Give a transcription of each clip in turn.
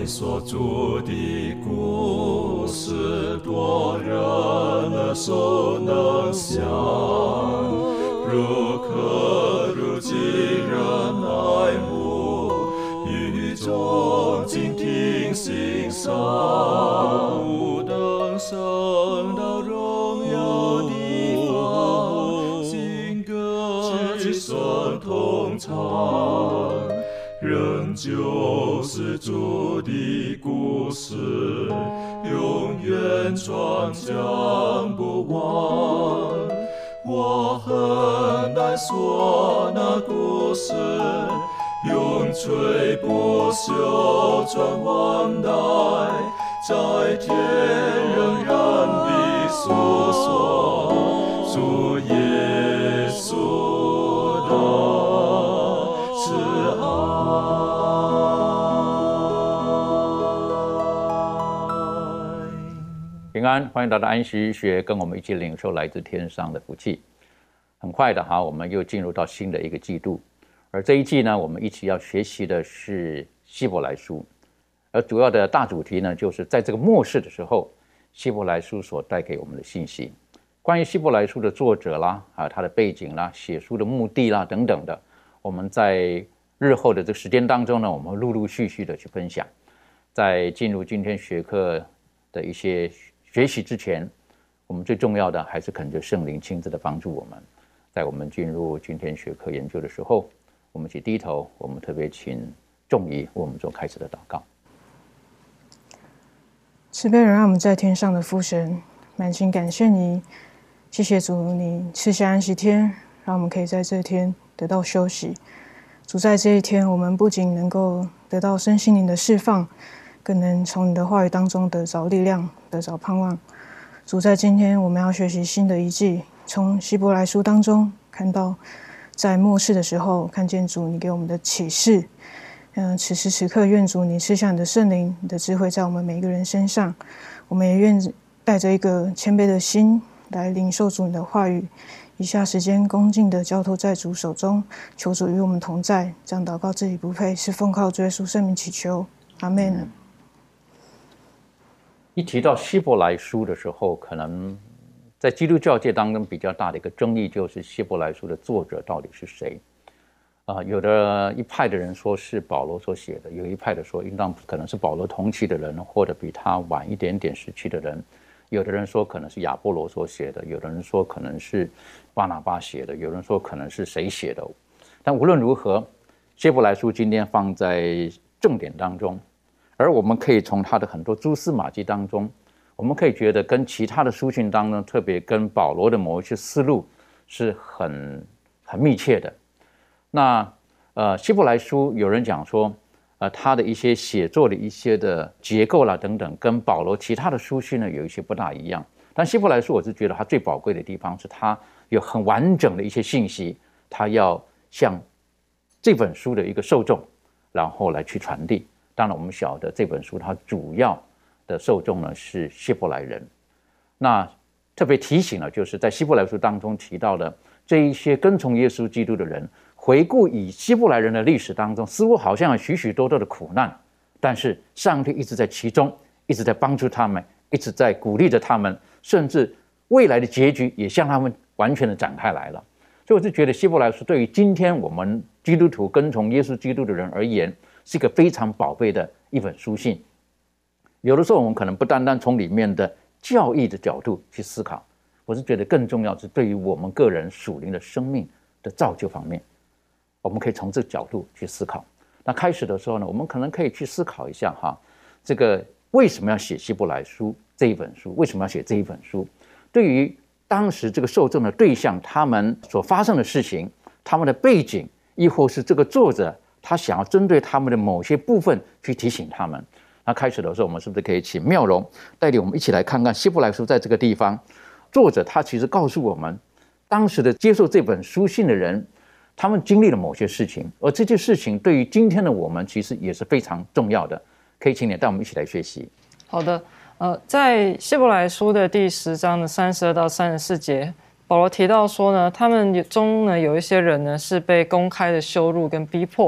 所著的故事，多人耳熟能详，如可如今人爱慕，语中静听欣赏，不等升到荣耀地方，新歌之声同唱。仍旧是主的故事，永远传讲不完。我很难说那故事，永垂不朽传万代，在天仍然地诉说主耶稣的慈爱。 平安，欢迎来到安息学，跟我们一起领受来自天上的福气。很快的我们又进入到新的一个季度，而这一季呢，我们一起要学习的是希伯来书，而主要的大主题呢，就是在这个末世的时候，希伯来书所带给我们的信息。关于希伯来书的作者啦，他的背景啦，写书的目的啦等等的，我们在日后的这个时间当中呢，我们会陆陆续续的去分享。在进入今天学课的一些学习之前，我们最重要的还是恳求圣灵亲自的帮助我们。在我们进入今天学科研究的时候，我们一起低头，我们特别请仲仪为我们做开始的祷告。 慈悲人，让我们在天上的父神，满心感谢你，谢谢主，你赐下安息天，让我们可以在这一天得到休息。主，在这一天，我们不仅能够得到身心灵的释放，更能从你的话语当中得着力量，得着盼望。主，在今天我们要学习新的一季，从希伯来书当中看到在末世的时候，看见主你给我们的启示。此时此刻，愿主你赐下你的圣灵，你的智慧在我们每一个人身上。我们也愿带着一个谦卑的心来领受主你的话语。以下时间恭敬的交托在主手中，求主与我们同在。这样祷告自己不配，是奉靠主耶稣圣名祈求，阿们。 一提到希伯来书的时候，可能在基督教界当中比较大的一个争议，就是希伯来书的作者到底是谁？有的一派的人说是保罗所写的，有一派的说应当可能是保罗同期的人，或者比他晚一点点时期的人。有的人说可能是亚波罗所写的，有的人说可能是巴拿巴写的，有人说可能是谁写的。但无论如何，希伯来书今天放在正典当中，而我们可以从他的很多蛛丝马迹当中，我们可以觉得跟其他的书信当中，特别跟保罗的某一些思路是很密切的。那希伯来书有人讲说，他的一些写作的一些的结构啦等等，跟保罗其他的书信呢有一些不大一样。但希伯来书我是觉得它最宝贵的地方是它有很完整的一些信息，它要向这本书的一个受众，然后来去传递。当然我们晓得这本书它主要的受众呢是希伯来人。那特别提醒了，就是在希伯来书当中提到的这一些跟从耶稣基督的人，回顾以希伯来人的历史当中，似乎好像有许许多多的苦难，但是上帝一直在其中，一直在帮助他们，一直在鼓励着他们，甚至未来的结局也向他们完全的展开来了。所以我就觉得希伯来书对于今天我们基督徒跟从耶稣基督的人而言，是一个非常宝贝的一本书信。有的时候我们可能不单单从里面的教义的角度去思考，我是觉得更重要是对于我们个人属灵的生命的造就方面，我们可以从这个角度去思考。那开始的时候呢，我们可能可以去思考一下这个为什么要写希伯来书这一本书？为什么要写这一本书？对于当时这个受众的对象，他们所发生的事情，他们的背景，亦或是这个作者他想要针对他们的某些部分去提醒他们。那开始的时候，我们是不是可以请妙容带领我们一起来看看希伯来书在这个地方，作者他其实告诉我们，当时的接受这本书信的人，他们经历了某些事情，而这些事情对于今天的我们其实也是非常重要的。可以请你带我们一起来学习。 好的，在希伯来书的第10章的32到34节，保罗提到说呢，他们中呢有一些人呢是被公开的羞辱跟逼迫，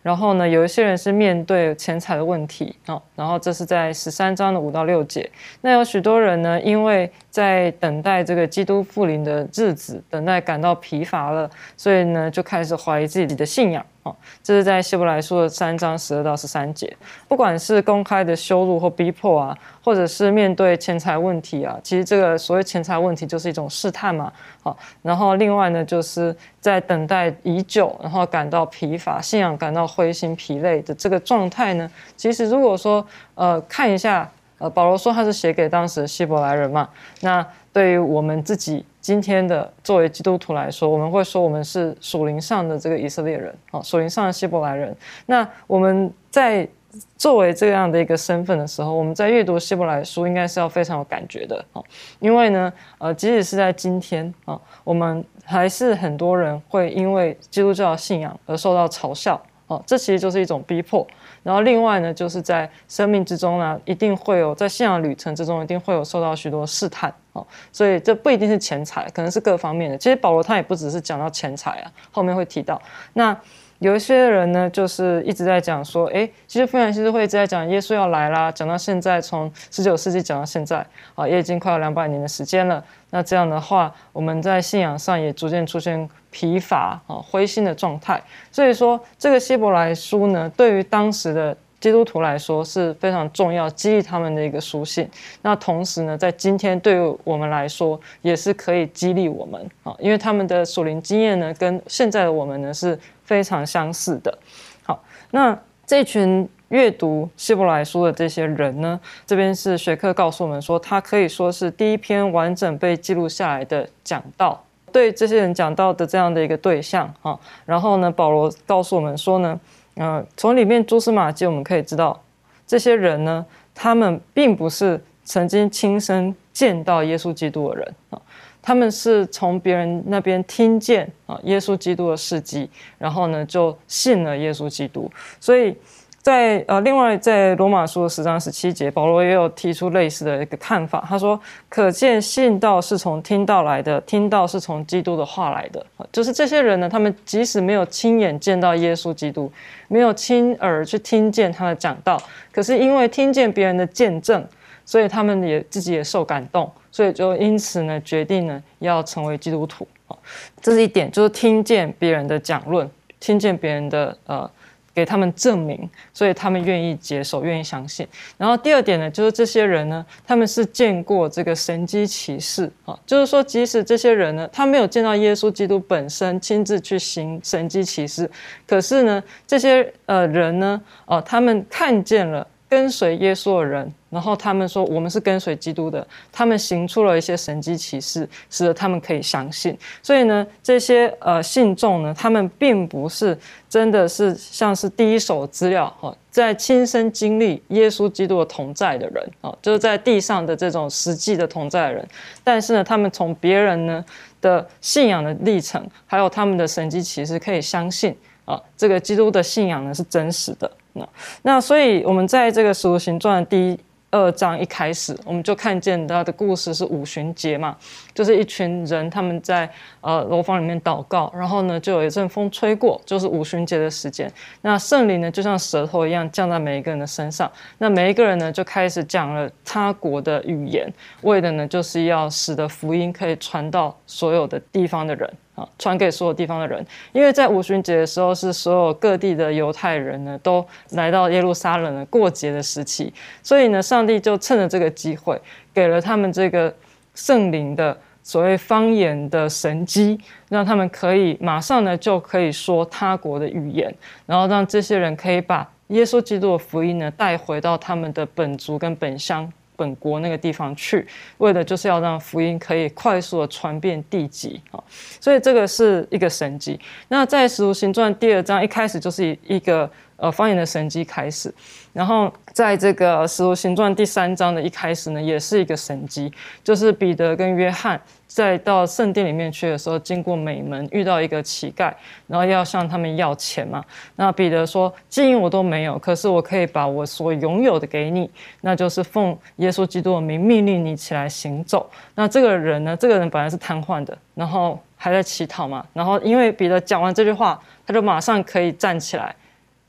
然后呢，有一些人是面对钱财的问题然后这是在13章的5到6节。那有许多人呢，因为在等待这个基督复临的日子，等待感到疲乏了，所以呢就开始怀疑自己的信仰。这是在希伯来书的3章12到13节。不管是公开的羞辱或逼迫啊，或者是面对钱财问题啊，其实这个所谓钱财问题就是一种试探嘛。然后另外呢，就是在等待已久，然后感到疲乏，信仰感到灰心疲累的这个状态呢，其实如果说看一下保罗说他是写给当时的希伯来人嘛，那对于我们自己今天的作为基督徒来说，我们会说我们是属灵上的这个以色列人，属灵上的希伯来人。那我们在作为这样的一个身份的时候，我们在阅读希伯来书应该是要非常有感觉的，因为呢，即使是在今天我们还是很多人会因为基督教信仰而受到嘲笑，这其实就是一种逼迫。然后另外呢，就是在生命之中呢，一定会有在信仰旅程之中，一定会有受到许多试探，所以这不一定是钱财，可能是各方面的。其实保罗他也不只是讲到钱财啊，后面会提到。那有一些人呢，就是一直在讲说，其实福音其实会一直在讲耶稣要来啦，讲到现在，从19世纪讲到现在，也已经快要200年的时间了。那这样的话，我们在信仰上也逐渐出现疲乏、灰心的状态。所以说，这个希伯来书呢，对于当时的基督徒来说是非常重要，激励他们的一个书信。那同时呢，在今天对于我们来说，也是可以激励我们因为他们的属灵经验呢，跟现在的我们呢是非常相似的。好，那这群阅读希伯来书的这些人呢，这边是学科告诉我们说，他可以说是第一篇完整被记录下来的讲道，对这些人讲道的这样的一个对象然后呢，保罗告诉我们说呢，从里面蛛丝马迹我们可以知道，这些人呢，他们并不是曾经亲身见到耶稣基督的人他们是从别人那边听见耶稣基督的事迹，然后呢就信了耶稣基督。所以在另外在罗马书的10章17节，保罗也有提出类似的一个看法。他说：“可见信道是从听道来的，听道是从基督的话来的。”就是这些人呢，他们即使没有亲眼见到耶稣基督，没有亲耳去听见他的讲道，可是因为听见别人的见证，所以他们也自己也受感动，所以就因此呢，决定呢要成为基督徒。这是一点，就是听见别人的讲论，听见别人的给他们证明，所以他们愿意接受，愿意相信。然后第二点呢，就是这些人呢，他们是见过这个神迹奇事就是说，即使这些人呢，他没有见到耶稣基督本身亲自去行神迹奇事，可是呢，这些人呢，他们看见了跟随耶稣的人，然后他们说我们是跟随基督的，他们行出了一些神迹奇事，使得他们可以相信。所以呢，这些信众呢，他们并不是真的是像是第一手资料在亲身经历耶稣基督的同在的人就是在地上的这种实际的同在的人，但是呢，他们从别人呢的信仰的历程，还有他们的神迹奇事，可以相信这个基督的信仰呢是真实的。那所以我们在这个使徒行传的第2章一开始，我们就看见他的故事是五旬节嘛，就是一群人他们在楼房里面祷告，然后呢就有一阵风吹过，就是五旬节的时间。那圣灵呢就像舌头一样降在每一个人的身上，那每一个人呢就开始讲了他国的语言，为的呢就是要使得福音可以传到所有的地方的人传给所有地方的人。因为在五旬节的时候，是所有各地的犹太人呢都来到耶路撒冷的过节的时期，所以呢，上帝就趁着这个机会，给了他们这个圣灵的所谓方言的神迹，让他们可以马上呢就可以说他国的语言，然后让这些人可以把耶稣基督的福音呢带回到他们的本族跟本乡本国那个地方去，为的就是要让福音可以快速的传遍地极所以这个是一个神迹。那在使徒行传第2章一开始就是一个方言的神迹开始，然后在这个使徒行传第3章的一开始呢，也是一个神迹，就是彼得跟约翰在到圣殿里面去的时候，经过美门遇到一个乞丐，然后要向他们要钱嘛。那彼得说：“金银我都没有，可是我可以把我所拥有的给你，那就是奉耶稣基督的名命令你起来行走。”那这个人呢，这个人本来是瘫痪的，然后还在乞讨嘛，然后因为彼得讲完这句话，他就马上可以站起来，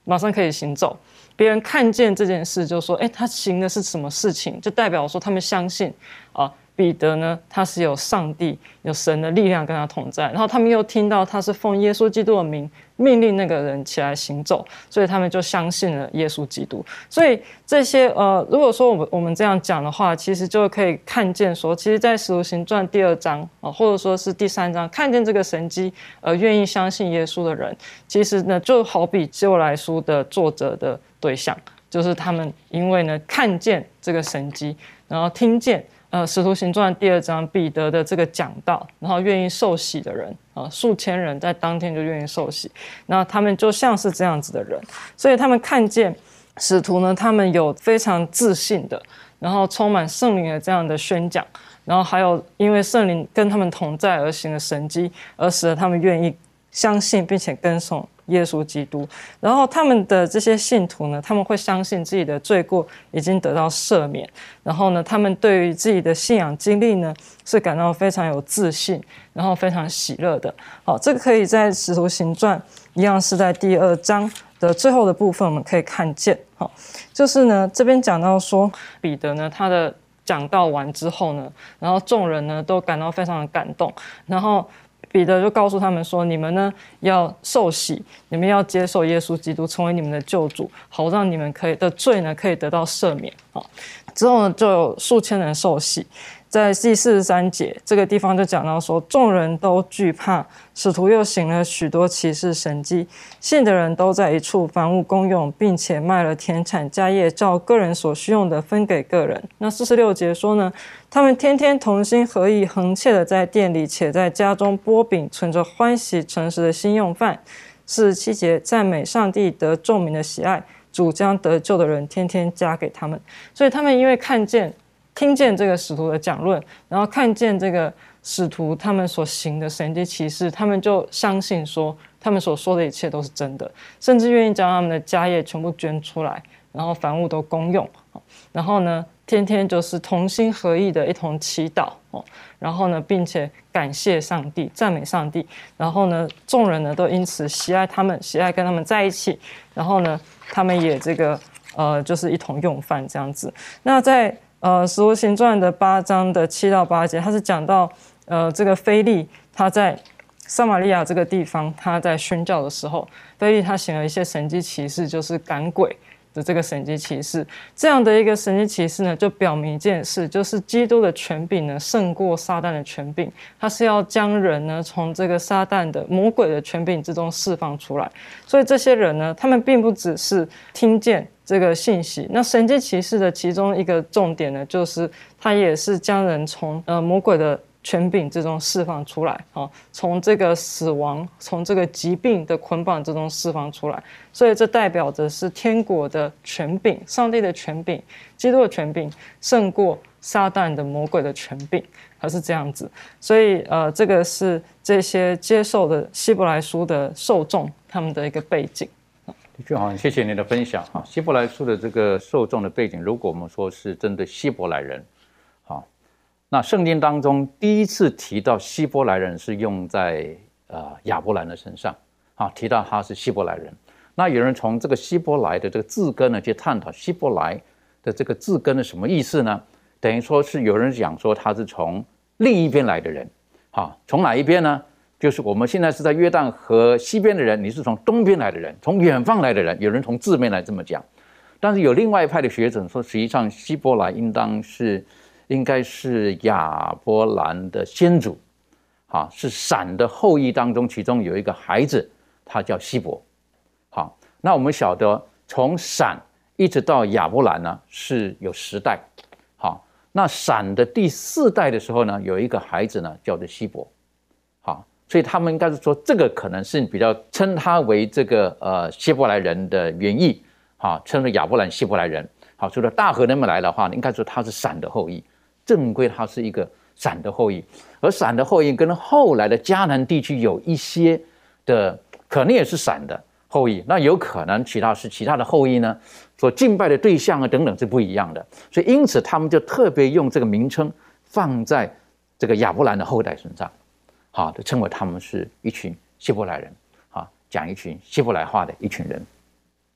马上可以行走。别人看见这件事，就说：“他行的是什么事情？”就代表说他们相信彼得呢，他是有上帝、有神的力量跟他同在，然后他们又听到他是奉耶稣基督的名命令那个人起来行走，所以他们就相信了耶稣基督。所以这些如果说我们这样讲的话，其实就可以看见说，其实在使徒行传第2章或者说是第3章，看见这个神迹愿意相信耶稣的人，其实呢就好比希伯来书的作者的对象，就是他们因为呢看见这个神迹，然后听见使徒行传第2章彼得的这个讲道，然后愿意受洗的人数千人在当天就愿意受洗，那他们就像是这样子的人，所以他们看见使徒呢，他们有非常自信的，然后充满圣灵的这样的宣讲，然后还有因为圣灵跟他们同在而行的神迹，而使得他们愿意相信并且跟从耶稣基督。然后他们的这些信徒呢，他们会相信自己的罪过已经得到赦免，然后呢他们对于自己的信仰经历呢是感到非常有自信，然后非常喜乐的。好，这个可以在使徒行传一样是在第2章的最后的部分我们可以看见。好，就是呢这边讲到说彼得呢他的讲道完之后呢，然后众人呢都感到非常的感动，然后彼得就告诉他们说：“你们呢要受洗，你们要接受耶稣基督成为你们的救主，好让你们的罪呢可以得到赦免。”之后呢就有数千人受洗。在第43节这个地方就讲到说，众人都惧怕，使徒又行了许多奇事神迹，信的人都在一处房屋公用，并且卖了田产家业，照个人所需用的分给个人。那46节说呢，他们天天同心合意，恒切的在店里，且在家中擘饼，存着欢喜诚实的心用饭。47节，赞美上帝得众民的喜爱，主将得救的人天天加给他们。所以他们因为听见这个使徒的讲论，然后看见这个使徒他们所行的神迹奇事，他们就相信说他们所说的一切都是真的，甚至愿意将他们的家业全部捐出来，然后凡物都公用。然后呢天天就是同心合意的一同祈祷，然后呢并且感谢上帝，赞美上帝，然后呢众人呢都因此喜爱他们，喜爱跟他们在一起，然后呢他们也这个就是一同用饭这样子。那在使徒行传的8章的7到8节，他是讲到这个腓利他在撒玛利亚这个地方，他在宣教的时候，腓利他行了一些神迹奇事，就是赶鬼的这个神迹奇事。这样的一个神迹奇事呢，就表明一件事，就是基督的权柄呢胜过撒旦的权柄，他是要将人呢从这个撒旦的魔鬼的权柄之中释放出来。所以这些人呢，他们并不只是听见这个信息，那神迹奇事的其中一个重点呢，就是他也是将人从魔鬼的权柄之中释放出来，从这个死亡，从这个疾病的捆绑之中释放出来。所以这代表着是天国的权柄，上帝的权柄，基督的权柄胜过撒旦的魔鬼的权柄，还是这样子。所以这个是这些接受的希伯来书的受众他们的一个背景。 的确好，谢谢您的分享哈。希伯来书的这个受众的背景，如果我们说是针对希伯来人，好，那圣经当中第一次提到希伯来人是用在亚伯兰的身上，好，提到他是希伯来人。那有人从这个希伯来的这个字根呢，去探讨希伯来的这个字根是什么意思呢？等于说是有人讲说他是从另一边来的人，好，从哪一边呢？就是我们现在是在约旦河西边的人，你是从东边来的人，从远方来的人，有人从字面来这么讲。但是有另外一派的学者说，实际上希伯来应该是亚伯兰的先祖，是闪的后裔当中，其中有一个孩子，他叫希伯。好，那我们晓得从闪一直到亚伯兰呢是有10代。好，那闪的第4代的时候呢，有一个孩子呢叫做希伯。好，所以他们应该是说，这个可能是比较称他为这个希伯来人的原意，称为亚伯兰希伯来人。好，除了大河那么来的话，应该说他是闪的后裔，正规他是一个闪的后裔，而闪的后裔跟后来的迦南地区有一些的可能也是闪的后裔，那有可能其他的后裔呢，所敬拜的对象啊等等是不一样的，所以因此他们就特别用这个名称放在这个亚伯兰的后代身上。好，就称为他们是一群希伯来人，讲一群希伯来话的一群人。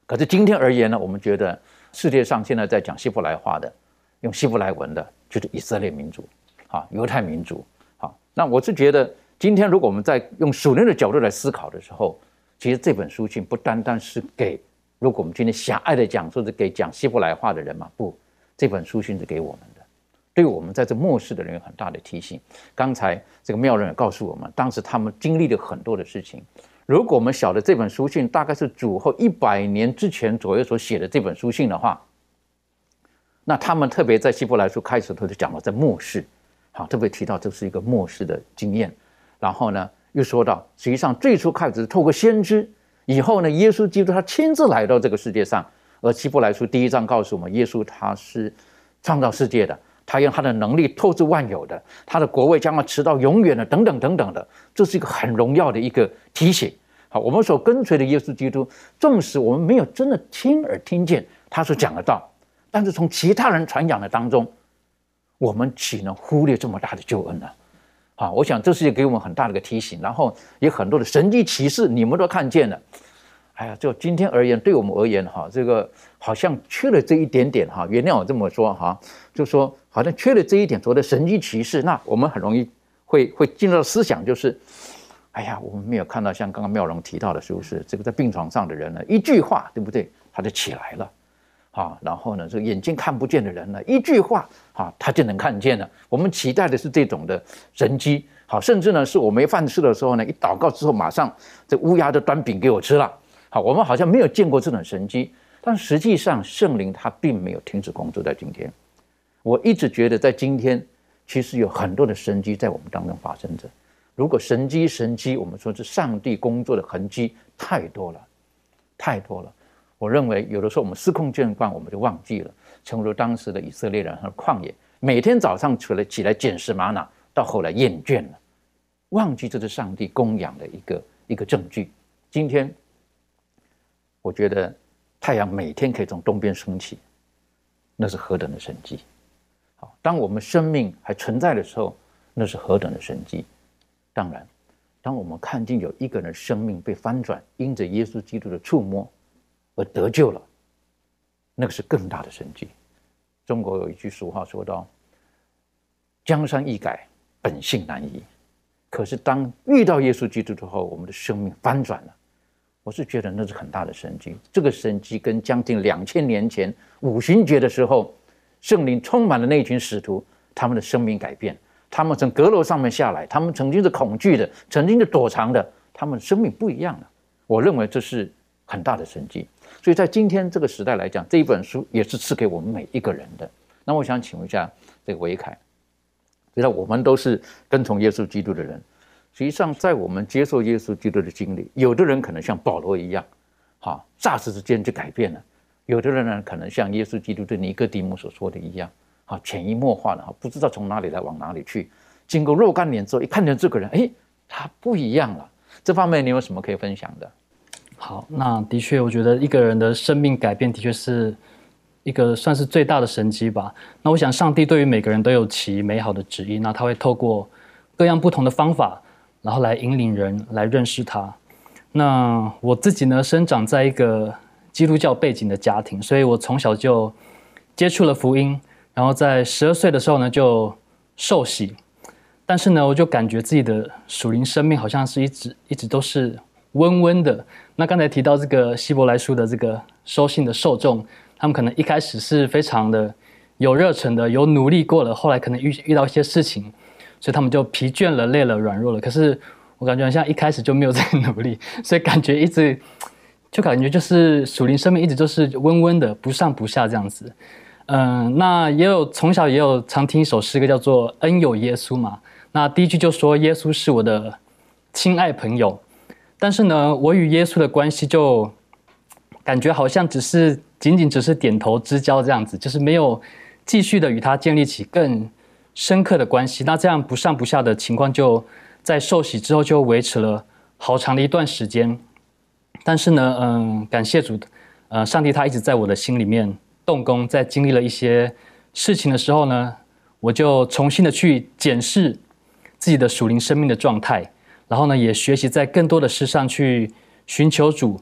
可是今天而言呢，我们觉得世界上现在在讲希伯来话的，用希伯来文的，就是以色列民族，犹太民族。那我是觉得，今天如果我们在用属灵的角度来思考的时候，其实这本书信不单单是给，如果我们今天狭隘的讲，说是给讲希伯来话的人嘛，不，这本书信是给我们的，对我们在这末世的人有很大的提醒。刚才这个妙人也告诉我们，当时他们经历了很多的事情。如果我们晓得这本书信大概是主后100年之前左右所写的这本书信的话，那他们特别在希伯来书开始的时候就讲到在末世，特别提到这是一个末世的经验。然后呢，又说到实际上最初开始是透过先知，以后呢，耶稣基督他亲自来到这个世界上。而希伯来书第1章告诉我们，耶稣他是创造世界的，他用他的能力透支万有的，他的国位将要持到永远的，等等等等的，这是一个很荣耀的一个提醒。好，我们所跟随的耶稣基督，纵使我们没有真的亲耳听见他所讲的道，但是从其他人传讲的当中，我们岂能忽略这么大的救恩呢？我想这是给我们很大的一个提醒。然后也很多的神迹奇事，你们都看见了。哎呀，就今天而言，对我们而言，这个好像缺了这一点点，原谅我这么说，就说好像缺了这一点所谓的神迹奇事，那我们很容易会进入到思想，就是哎呀，我们没有看到像刚刚妙容提到的，是不是这个在病床上的人呢，一句话，对不对，他就起来了。然后呢，这个眼睛看不见的人呢，一句话他就能看见了。我们期待的是这种的神迹，甚至呢是我没饭吃的时候呢，一祷告之后，马上这乌鸦就端饼给我吃了。我们好像没有见过这种神迹，但实际上圣灵他并没有停止工作在今天。我一直觉得在今天，其实有很多的神迹在我们当中发生着。如果神迹，我们说是上帝工作的痕迹太多了，太多了。我认为有的时候我们司空见惯，我们就忘记了，诚如当时的以色列人和旷野，每天早上起来捡拾玛瑙，到后来厌倦了，忘记这是上帝供养的一个证据。今天我觉得太阳每天可以从东边升起，那是何等的神迹。当我们生命还存在的时候，那是何等的神迹。当然，当我们看见有一个人生命被翻转，因着耶稣基督的触摸而得救了，那个是更大的神迹。中国有一句俗话说到，江山易改，本性难移。可是当遇到耶稣基督之后，我们的生命翻转了，我是觉得那是很大的神迹。这个神迹跟将近2000年前五旬节的时候，圣灵充满了那群使徒，他们的生命改变，他们从阁楼上面下来，他们曾经是恐惧的，曾经是躲藏的，他们的生命不一样了。我认为这是很大的神迹。所以在今天这个时代来讲，这一本书也是赐给我们每一个人的。那我想请问一下这个维凯，知道我们都是跟从耶稣基督的人，实际上在我们接受耶稣基督的经历，有的人可能像保罗一样，霎时之间就改变了；有的人呢，可能像耶稣基督对尼哥底母所说的一样，潜移默化的，不知道从哪里来往哪里去。经过若干年之后，一看见这个人，他不一样了。这方面你有什么可以分享的？ 好，那的确，我觉得一个人的生命改变的确是一个算是最大的神迹吧。那我想，上帝对于每个人都有其美好的旨意，那他会透过各样不同的方法，然后来引领人来认识他。那我自己呢，生长在一个基督教背景的家庭，所以我从小就接触了福音，然后在12岁的时候呢，就受洗。但是呢，我就感觉自己的属灵生命好像是一直都是温温的。那刚才提到这个希伯来书的这个收信的受众，他们可能一开始是非常的有热忱的，有努力过了，后来可能遇到一些事情，所以他们就疲倦了、累了、软弱了。可是我感觉好像一开始就没有在努力，所以感觉就是属灵生命一直都是温温的，不上不下这样子。那从小也有常听一首诗歌叫做《恩有耶稣》嘛。那第一句就说耶稣是我的亲爱朋友，但是呢，我与耶稣的关系就感觉好像仅仅只是点头之交这样子，就是没有继续的与他建立起更深刻的关系。那这样不上不下的情况就在受洗之后就维持了好长的一段时间。但是呢，感谢主，上帝他一直在我的心里面动工，在经历了一些事情的时候呢，我就重新的去检视自己的属灵生命的状态，然后呢，也学习在更多的事上去寻求主。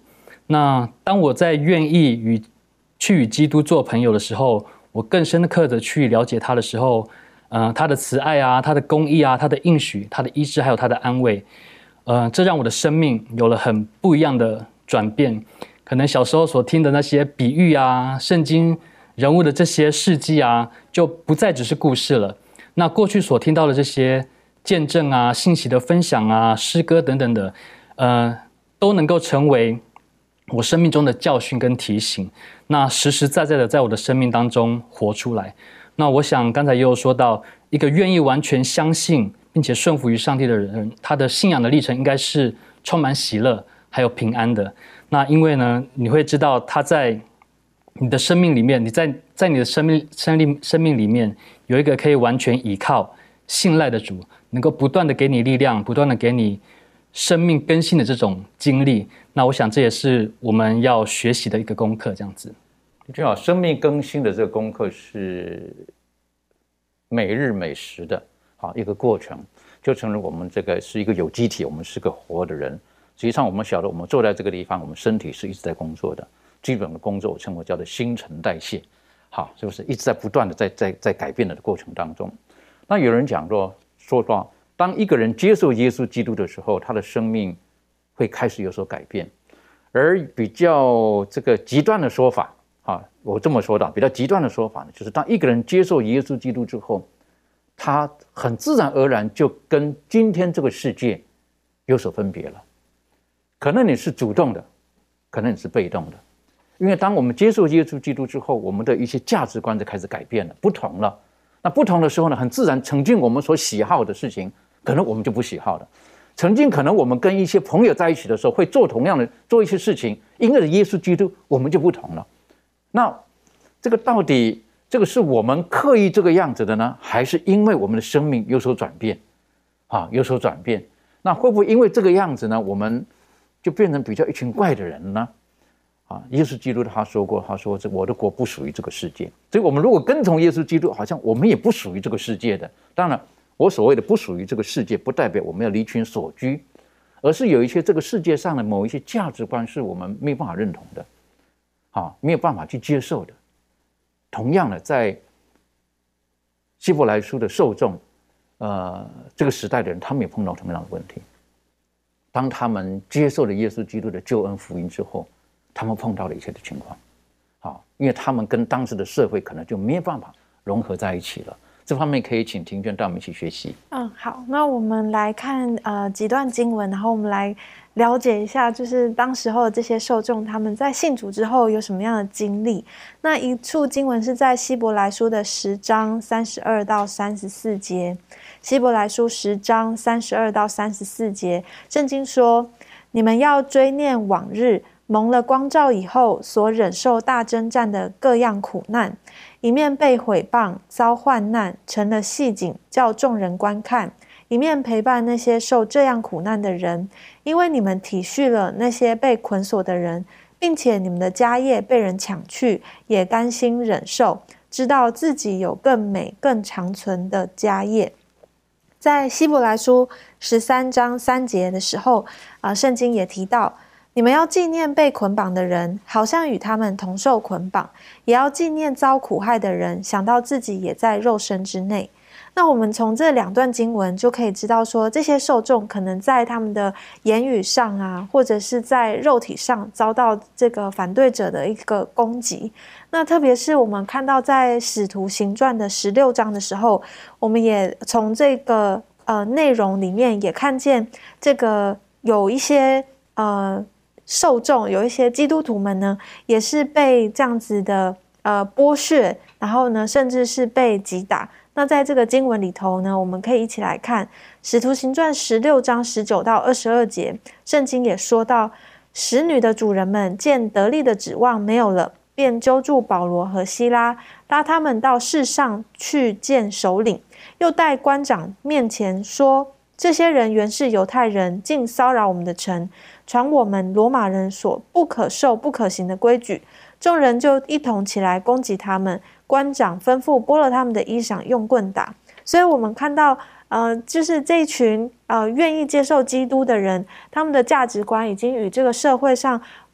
那当我在愿意去与基督做朋友的时候，我更深刻的去了解他的时候，他的慈爱啊，他的公义啊，他的应许，他的医治，还有他的安慰，这让我的生命有了很不一样的转变。可能小时候所听的那些比喻啊，圣经人物的这些事迹啊，就不再只是故事了。那过去所听到的这些见证啊、信息的分享啊、诗歌等等的，都能够成为我生命中的教训跟提醒，那实实在在的在我的生命当中活出来。那我想刚才也有说到，一个愿意完全相信并且顺服于上帝的人，他的信仰的历程应该是充满喜乐还有平安的。那因为呢，你会知道他在你的生命里面，你在你的生命里面有一个可以完全依靠信赖的主，能够不断的给你力量，不断的给你生命更新的这种经历。那我想这也是我们要学习的一个功课，这样子。 就好，生命更新的这个功课是每日每时的一个过程，就成了我们这个是一个有机体，我们是个活的人。实际上我们晓得，我们坐在这个地方，我们身体是一直在工作的，基本的工作我称为叫做新陈代谢，好，是不是一直在不断的在改变的过程当中？那有人讲说，当一个人接受耶稣基督的时候，他的生命会开始有所改变。而比较这个极端的说法，我这么说的，比较极端的说法呢，就是当一个人接受耶稣基督之后，他很自然而然就跟今天这个世界有所分别了。可能你是主动的，可能你是被动的，因为当我们接受耶稣基督之后，我们的一些价值观就开始改变了，不同了。那不同的时候呢，很自然，曾经我们所喜好的事情，可能我们就不喜好了。曾经可能我们跟一些朋友在一起的时候，会做一些事情，因为耶稣基督，我们就不同了。那这个到底这个是我们刻意这个样子的呢，还是因为我们的生命有所转变？有所转变。那会不会因为这个样子呢，我们就变成比较一群怪的人呢？耶稣基督他说过，他说我的国不属于这个世界，所以我们如果跟从耶稣基督，好像我们也不属于这个世界的。当然，我所谓的不属于这个世界，不代表我们要离群索居，而是有一些这个世界上的某一些价值观是我们没有办法认同的，没有办法去接受的。同样的，在希伯来书的受众，这个时代的人，他们也碰到同样的问题。当他们接受了耶稣基督的救恩福音之后，他们碰到了一些的情况，因为他们跟当时的社会可能就没有办法融合在一起了。这方面可以请庭娟带我们一起学习。 好，那我们来看几段经文，然后我们来了解一下，就是当时候的这些受众他们在信主之后有什么样的经历。那一处经文是在希伯来书的10章32到34节。希伯来书10章32到34节，圣经说：你们要追念往日蒙了光照以后所忍受大征战的各样苦难，一面被毁谤遭患难，成了戏景叫众人观看，一面陪伴那些受这样苦难的人，因为你们体恤了那些被捆锁的人，并且你们的家业被人抢去，也甘心忍受，知道自己有更美更长存的家业。在希伯来书13章3节的时候，圣经也提到，你们要纪念被捆绑的人，好像与他们同受捆绑，也要纪念遭苦害的人，想到自己也在肉身之内。那我们从这两段经文就可以知道说，这些受众可能在他们的言语上啊，或者是在肉体上遭到这个反对者的一个攻击。那特别是我们看到在使徒行传的16章的时候，我们也从这个内容里面也看见这个有一些受众，有一些基督徒们呢，也是被这样子的剥削，然后呢，甚至是被击打。那在这个经文里头呢，我们可以一起来看《使徒行传》16章19到22节，圣经也说到，使女的主人们见得力的指望没有了，便揪住保罗和希拉，拉他们到市上去见首领，又带官长面前说，这些人原是犹太人，竟骚扰我们的城，传我们罗马人所不可受不可行的规矩。众人就一同起来攻击他们，官长吩咐剥了他们的衣裳，用棍打。所以我们看到就是这一群愿意接受基督的人，他们的价值观已经与这个社会上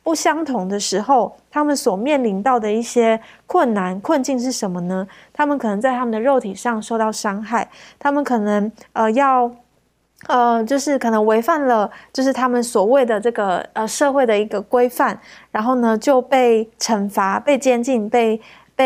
不相同的时候，他们所面临到的一些困难困境是什么呢？他们可能在他们的肉体上受到伤害，他们可能就是可能违反了就是他们所谓的这个社会的一个规范，然后呢就被惩罚、被监禁、被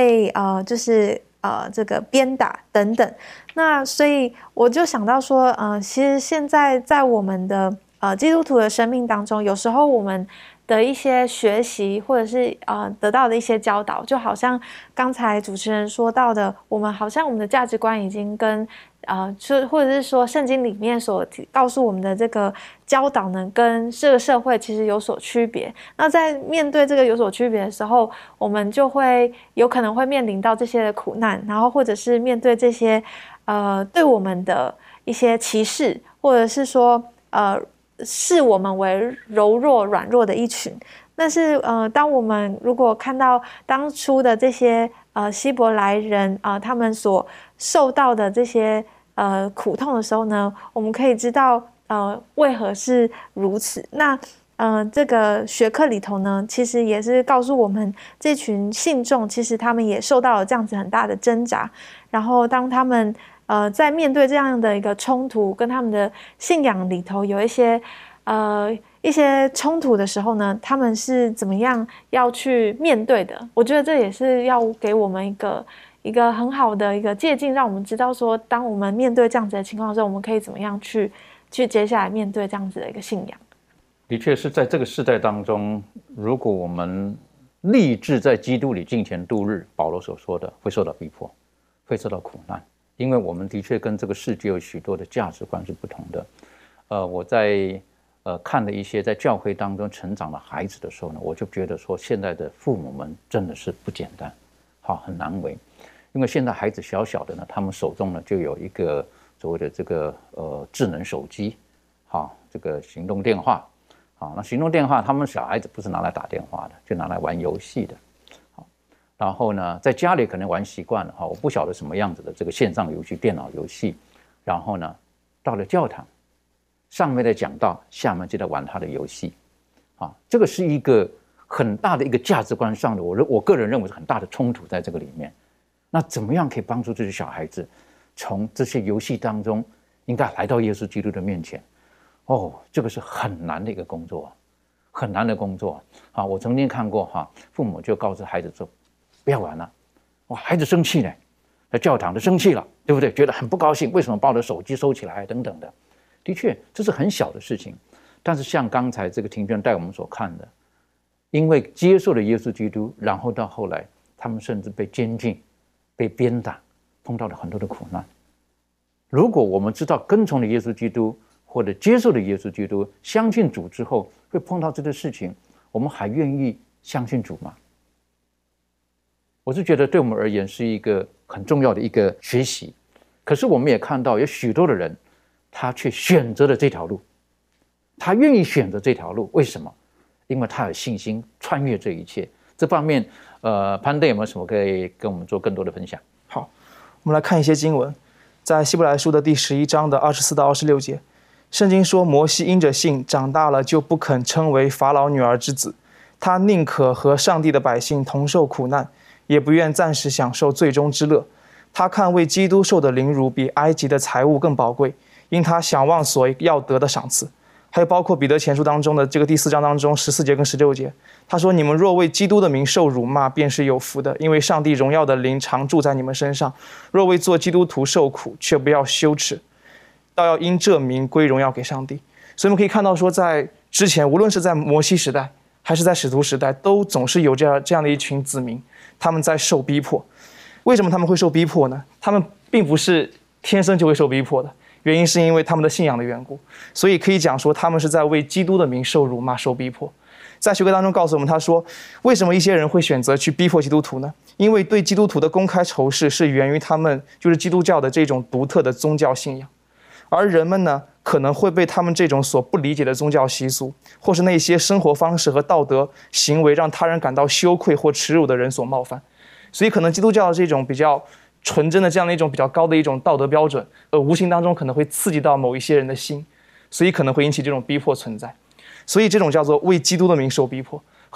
这个鞭打等等。那所以我就想到说，其实现在在我们的基督徒的生命当中，有时候我们的一些学习或者是得到的一些教导，就好像刚才主持人说到的，我们的价值观已经跟或者是说圣经里面所告诉我们的这个教导呢，跟这个社会其实有所区别。那在面对这个有所区别的时候，我们就会有可能会面临到这些的苦难，然后或者是面对这些对我们的一些歧视，或者是说视我们为柔弱软弱的一群。但是当我们如果看到当初的这些希伯来人他们所受到的这些苦痛的时候呢，我们可以知道为何是如此。那这个学课里头呢，其实也是告诉我们，这群信众其实他们也受到了这样子很大的挣扎。然后当他们在面对这样的一个冲突，跟他们的信仰里头有一些冲突的时候呢，他们是怎么样要去面对的？我觉得这也是要给我们一个很好的一个借鉴，让我们知道说，当我们面对这样子的情况的时候，我们可以怎么样去接下来面对这样子的一个信仰。 的确是在这个世代当中，如果我们立志在基督里敬虔度日，保罗所说的会受到逼迫，会受到苦难，因为我们的确跟这个世界有许多的价值观是不同的。我在看了一些在教会当中成长的孩子的时候呢，我就觉得说，现在的父母们真的是不简单，很难为。因为现在孩子小小的呢，他们手中呢就有一个所谓的这个智能手机，这个行动电话，那行动电话他们小孩子不是拿来打电话的，就拿来玩游戏的。然后呢，在家里可能玩习惯了，我不晓得什么样子的这个线上游戏、电脑游戏。然后呢，到了教堂，上面的讲道，下面就在玩他的游戏，这个是一个很大的一个价值观上的，我个人认为是很大的冲突在这个里面。那怎么样可以帮助这些小孩子从这些游戏当中应该来到耶稣基督的面前？这个是很难的一个工作，很难的工作。我曾经看过父母就告诉孩子说，不要玩了。孩子生气呢，在教堂就生气了，对不对？觉得很不高兴，为什么把我的手机收起来等等的。的确这是很小的事情，但是像刚才这个庭娟带我们所看的，因为接受了耶稣基督，然后到后来他们甚至被监禁、被鞭打，碰到了很多的苦难。如果我们知道跟从了耶稣基督，或者接受了耶稣基督，相信主之后会碰到这个事情，我们还愿意相信主吗？我是觉得对我们而言是一个很重要的一个学习。可是我们也看到有许多的人，他却选择了这条路，他愿意选择这条路，为什么？因为他有信心穿越这一切。这方面潘队有没有什么可以跟我们做更多的分享？ 好，我们来看一些经文。在希伯来书的第11章的24到26节，圣经说，摩西因着信长大了，就不肯称为法老女儿之子，他宁可和上帝的百姓同受苦难，也不愿暂时享受最终之乐。他看为基督受的凌辱比埃及的财物更宝贵，因他想望所要得的赏赐。还有包括彼得前书当中的这个第4章当中14节跟16节，他说，你们若为基督的名受辱骂，便是有福的，因为上帝荣耀的灵常住在你们身上。若为做基督徒受苦，却不要羞耻，倒要因这名归荣耀给上帝。所以我们可以看到说，在之前无论是在摩西时代还是在使徒时代，都总是有这样的一群子民，他们在受逼迫。为什么他们会受逼迫呢？他们并不是天生就会受逼迫的，原因是因为他们的信仰的缘故。所以可以讲说，他们是在为基督的名受辱骂、受逼迫。在学科当中告诉我们，他说，为什么一些人会选择去逼迫基督徒呢？因为对基督徒的公开仇视是源于他们就是基督教的这种独特的宗教信仰，而人们呢，可能会被他们这种所不理解的宗教习俗，或是那些生活方式和道德行为让他人感到羞愧或耻辱的人所冒犯。所以可能基督教的这种比较纯真的这样的一种比较高的一种道德标准，无形当中可能会刺激到某一些人的心，所以可能会引起这种逼迫存在。所以这种叫做为基督的名受逼迫。很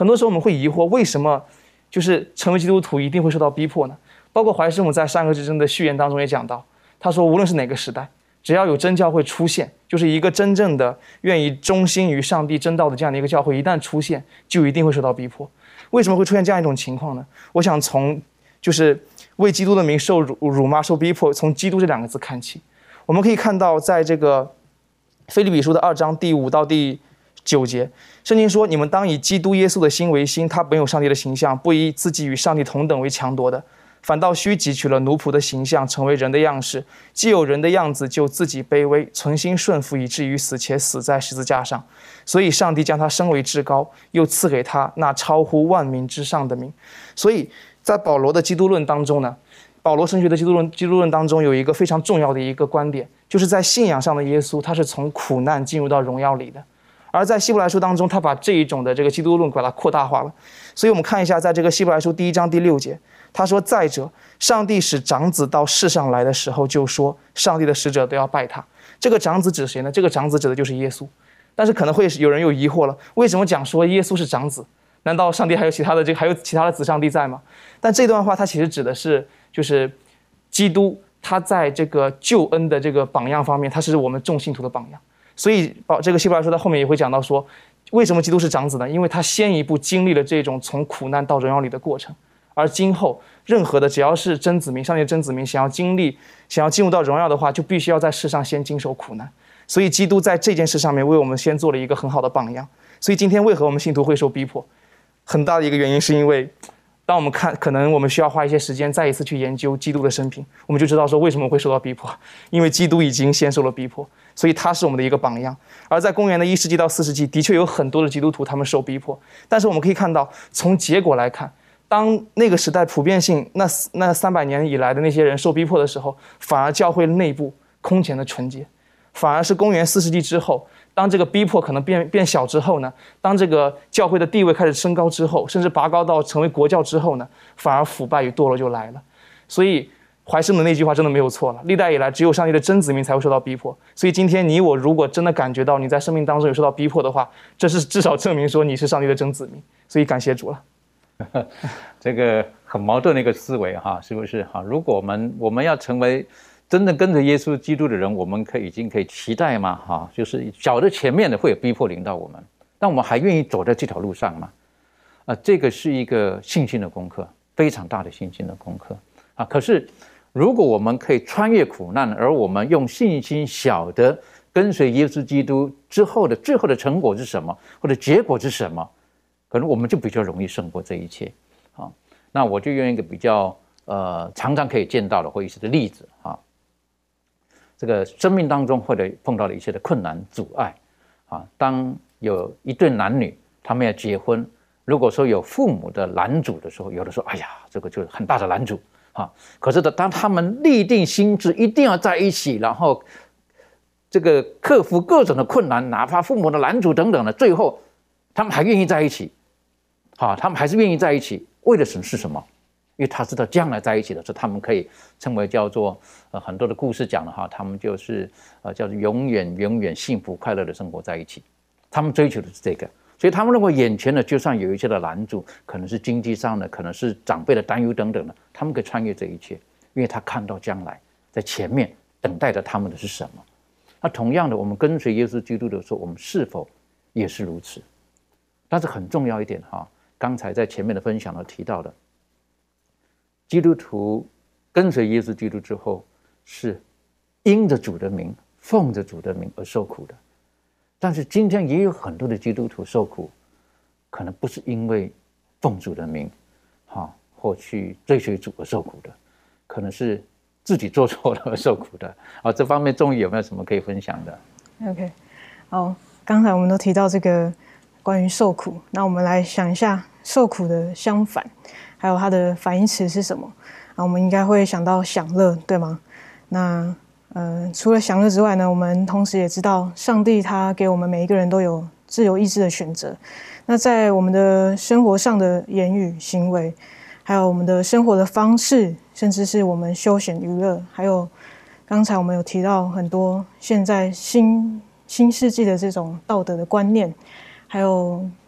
很多时候我们会疑惑，为什么就是成为基督徒一定会受到逼迫呢？包括怀师母在《善恶之争》的序言当中也讲到，他说无论是哪个时代，只要有真教会出现，就是一个真正的愿意忠心于上帝真道的这样的一个教会一旦出现，就一定会受到逼迫。为什么会出现这样一种情况呢？我想从就是为基督的名受辱骂受逼迫，从基督这2个字看起。我们可以看到在这个腓立比书的2章第5到第9节，圣经说，你们当以基督耶稣的心为心，他本有上帝的形象，不以自己与上帝同等为强夺的，反倒虚己，取了奴仆的形象，成为人的样式。既有人的样子，就自己卑微，存心顺服，以至于死，且死在十字架上。所以上帝将他升为至高，又赐给他那超乎万民之上的名。所以在保罗的基督论当中呢，保罗神学的基督论当中有一个非常重要的一个观点，就是在信仰上的耶稣，他是从苦难进入到荣耀里的。而在希伯来书当中，他把这一种的这个基督论把它扩大化了。所以我们看一下，在这个希伯来书第1章第6节，他说，再者，上帝使长子到世上来的时候，就说上帝的使者都要拜他。这个长子指谁呢？这个长子指的就是耶稣。但是可能会有人有疑惑了，为什么讲说耶稣是长子？难道上帝还有其他的子上帝在吗？但这段话它其实指的是就是基督，他在这个救恩的这个榜样方面，他是我们众信徒的榜样。所以这个希伯来书在后面也会讲到说，为什么基督是长子呢？因为他先一步经历了这种从苦难到荣耀里的过程，而今后任何的只要是真子民，上帝的真子民，想要进入到荣耀的话，就必须要在世上先经受苦难。所以基督在这件事上面为我们先做了一个很好的榜样。所以今天为何我们信徒会受逼迫，很大的一个原因是因为当我们看，可能我们需要花一些时间再一次去研究基督的生平，我们就知道说为什么会受到逼迫，因为基督已经先受了逼迫，所以他是我们的一个榜样。而在公元的1世纪到4世纪，的确有很多的基督徒他们受逼迫，但是我们可以看到，从结果来看，当那个时代普遍性那300年以来的那些人受逼迫的时候，反而教会内部空前的纯洁，反而是公元4世纪之后，当这个逼迫可能变小之后呢，当这个教会的地位开始升高之后，甚至拔高到成为国教之后呢，反而腐败与堕落就来了。所以怀师母的那句话真的没有错了，历代以来只有上帝的真子民才会受到逼迫。所以今天你我如果真的感觉到你在生命当中有受到逼迫的话，这是至少证明说你是上帝的真子民。所以感谢主了。 这个很矛盾的一个思维哈，是不是哈？如果我们要成为真的跟着耶稣基督的人，我们已经可以期待吗？哈，就是晓得前面的会有逼迫临到我们，但我们还愿意走在这条路上吗？这个是一个信心的功课，非常大的信心的功课啊。可是如果我们可以穿越苦难，而我们用信心晓得跟随耶稣基督之后的最后的成果是什么，或者结果是什么，可能我们就比较容易胜过这一切啊。那我就用一个比较常常可以见到的或一些的例子啊。这个生命当中或者碰到了一些的困难阻碍啊，当有一对男女他们要结婚，如果说有父母的拦阻的时候，有的说哎呀这个就是很大的拦阻啊。可是当他们立定心志一定要在一起，然后这个克服各种的困难，哪怕父母的拦阻等等的，最后他们还愿意在一起啊，他们还是愿意在一起，为的是什么？因为他知道将来在一起的时候，他们可以称为叫做很多的故事讲了哈，他们就是叫做永远幸福快乐的生活在一起。他们追求的是这个，所以他们认为眼前的就算有一些的拦阻，可能是经济上的，可能是长辈的担忧等等的，他们可以穿越这一切，因为他看到将来在前面等待着他们的是什么。那同样的，我们跟随耶稣基督的时候，我们是否也是如此？但是很重要一点哈，刚才在前面的分享都提到的。基督徒跟随耶稣基督之后，是因着主的名、奉着主的名而受苦的。但是今天也有很多的基督徒受苦，可能不是因为奉主的名，或去追随主而受苦的，可能是自己做错了而受苦的。这方面仲义有没有什么可以分享的 ？OK， 刚才我们都提到这个关于受苦，那我们来想一下受苦的相反。还有它的反义词是什么？我们应该会想到享乐，对吗？那除了享乐之外呢，我们同时也知道，上帝他给我们每一个人都有自由意志的选择。那在我们的生活上的言语行为，还有我们的生活的方式，甚至是我们休闲娱乐，还有刚才我们有提到很多现在新世纪的这种道德的观念，还有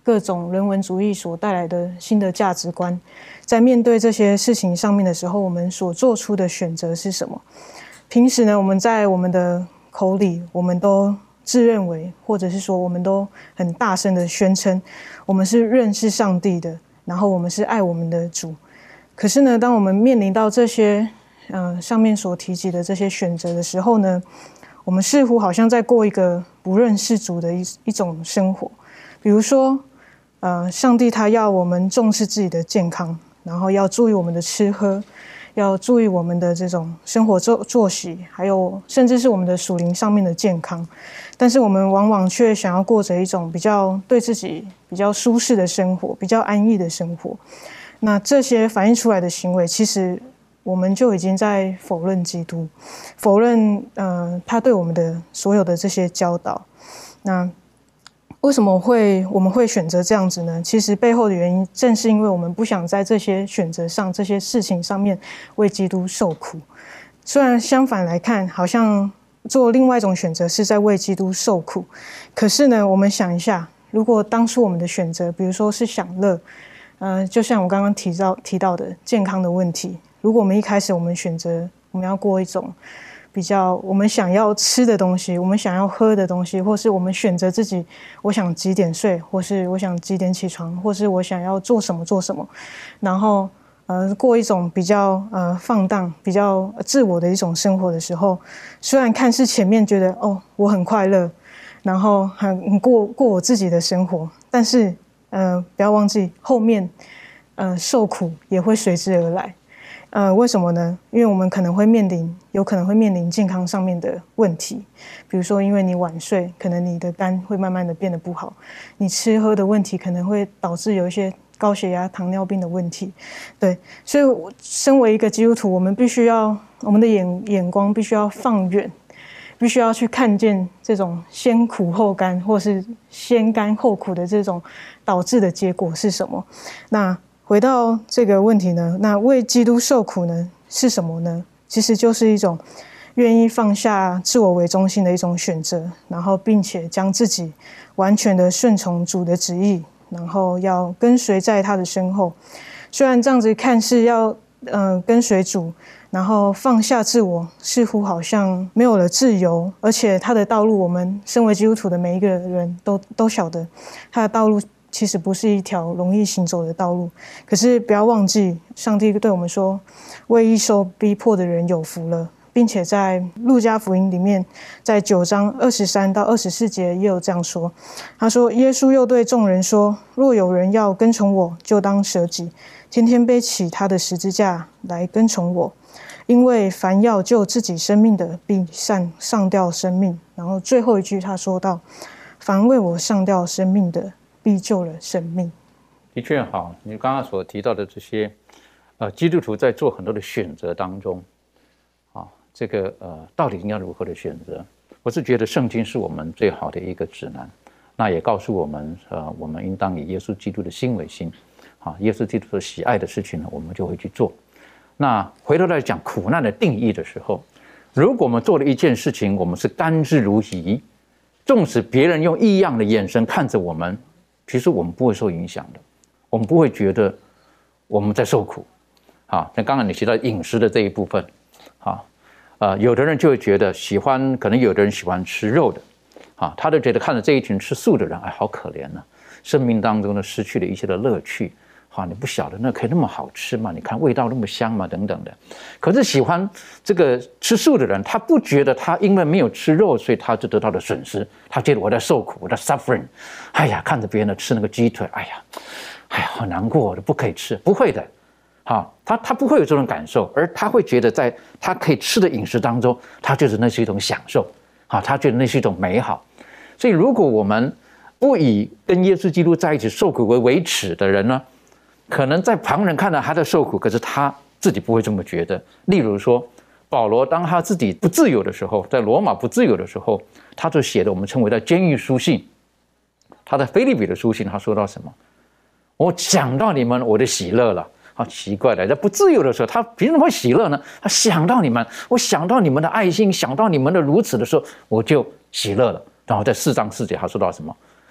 各种人文主义所带来的新的价值观，在面对这些事情上面的时候，我们所做出的选择是什么？平时呢，我们在我们的口里，我们都自认为，或者是说我们都很大声的宣称，我们是认识上帝的，然后我们是爱我们的主。可是呢，当我们面临到这些上面所提及的这些选择的时候呢，我们似乎好像在过一个不认识主的一种生活。比如说上帝他要我们重视自己的健康，然后要注意我们的吃喝，要注意我们的这种生活作息，还有甚至是我们的属灵上面的健康。但是我们往往却想要过着一种比较对自己比较舒适的生活，比较安逸的生活。那这些反映出来的行为，其实我们就已经在否认基督，否认他对我们的所有的这些教导。那为什么我们会选择这样子呢？其实背后的原因，正是因为我们不想在这些选择上、这些事情上面为基督受苦。虽然相反来看，好像做另外一种选择是在为基督受苦，可是呢，我们想一下，如果当初我们的选择，比如说是享乐，就像我刚刚提到的健康的问题，如果我们一开始我们选择我们要过一种比较我们想要吃的东西，我们想要喝的东西，或是我们选择自己我想几点睡，或是我想几点起床，或是我想要做什么，然后过一种比较放荡、比较自我的一种生活的时候，虽然看似前面觉得我很快乐，然后很过我自己的生活，但是不要忘记后面受苦也会随之而来。为什么呢？因为我们有可能会面临健康上面的问题，比如说因为你晚睡，可能你的肝会慢慢的变得不好，你吃喝的问题可能会导致有一些高血压、糖尿病的问题。对，所以身为一个基督徒，我们的眼光必须要放远，必须要去看见这种先苦后甘，或是先甘后苦的这种导致的结果是什么。那回到这个问题呢，那为基督受苦呢是什么呢？其实就是一种愿意放下自我为中心的一种选择，然后并且将自己完全的顺从主的旨意，然后要跟随在他的身后。虽然这样子看似要跟随主，然后放下自我，似乎好像没有了自由，而且他的道路，我们身为基督徒的每一个人都晓得，他的道路其实不是一条容易行走的道路。可是不要忘记，上帝对我们说，为义受逼迫的人有福了，并且在路加福音里面，在9章23到24节也有这样说。他说，耶稣又对众人说，若有人要跟从我，就当舍己，天天背起他的十字架来跟从我。因为凡要救自己生命的，必上吊生命。然后最后一句他说到，凡为我上吊生命的，必救了生命。 的确好，你刚刚所提到的这些，基督徒在做很多的选择当中，这个到底应该如何的选择？我是觉得圣经是我们最好的一个指南，那也告诉我们，我们应当以耶稣基督的心为心，耶稣基督的喜爱的事情呢，我们就会去做。那回头来讲苦难的定义的时候，如果我们做了一件事情，我们是甘之如饴，纵使别人用异样的眼神看着我们，其实我们不会受影响的，我们不会觉得我们在受苦。那刚刚你提到饮食的这一部分，有的人就会觉得可能有的人喜欢吃肉的，他就觉得看着这一群吃素的人，好可怜啊，生命当中呢失去了一些的乐趣。你不晓得那可以那么好吃吗？你看味道那么香吗？等等的。可是喜欢这个吃素的人，他不觉得他因为没有吃肉，所以他就得到了损失。他觉得我在受苦，我在 suffering。看着别人吃那个鸡腿，好难过，我都不可以吃。不会的，他不会有这种感受，而他会觉得在他可以吃的饮食当中，他觉得那是一种享受，他觉得那是一种美好。所以如果我们不以跟耶稣基督在一起受苦为耻的人呢，可能在旁人看到他在受苦，可是他自己不会这么觉得。例如说，保罗当他自己不自由的时候，在罗马不自由的时候，他就写的我们称为的监狱书信。他在腓立比的书信，他说到什么？我想到你们，我就喜乐了。奇怪了，在不自由的时候，他凭什么会喜乐呢？他想到你们，我想到你们的爱心，想到你们的如此的时候，我就喜乐了。然后在4章4节，他说到什么？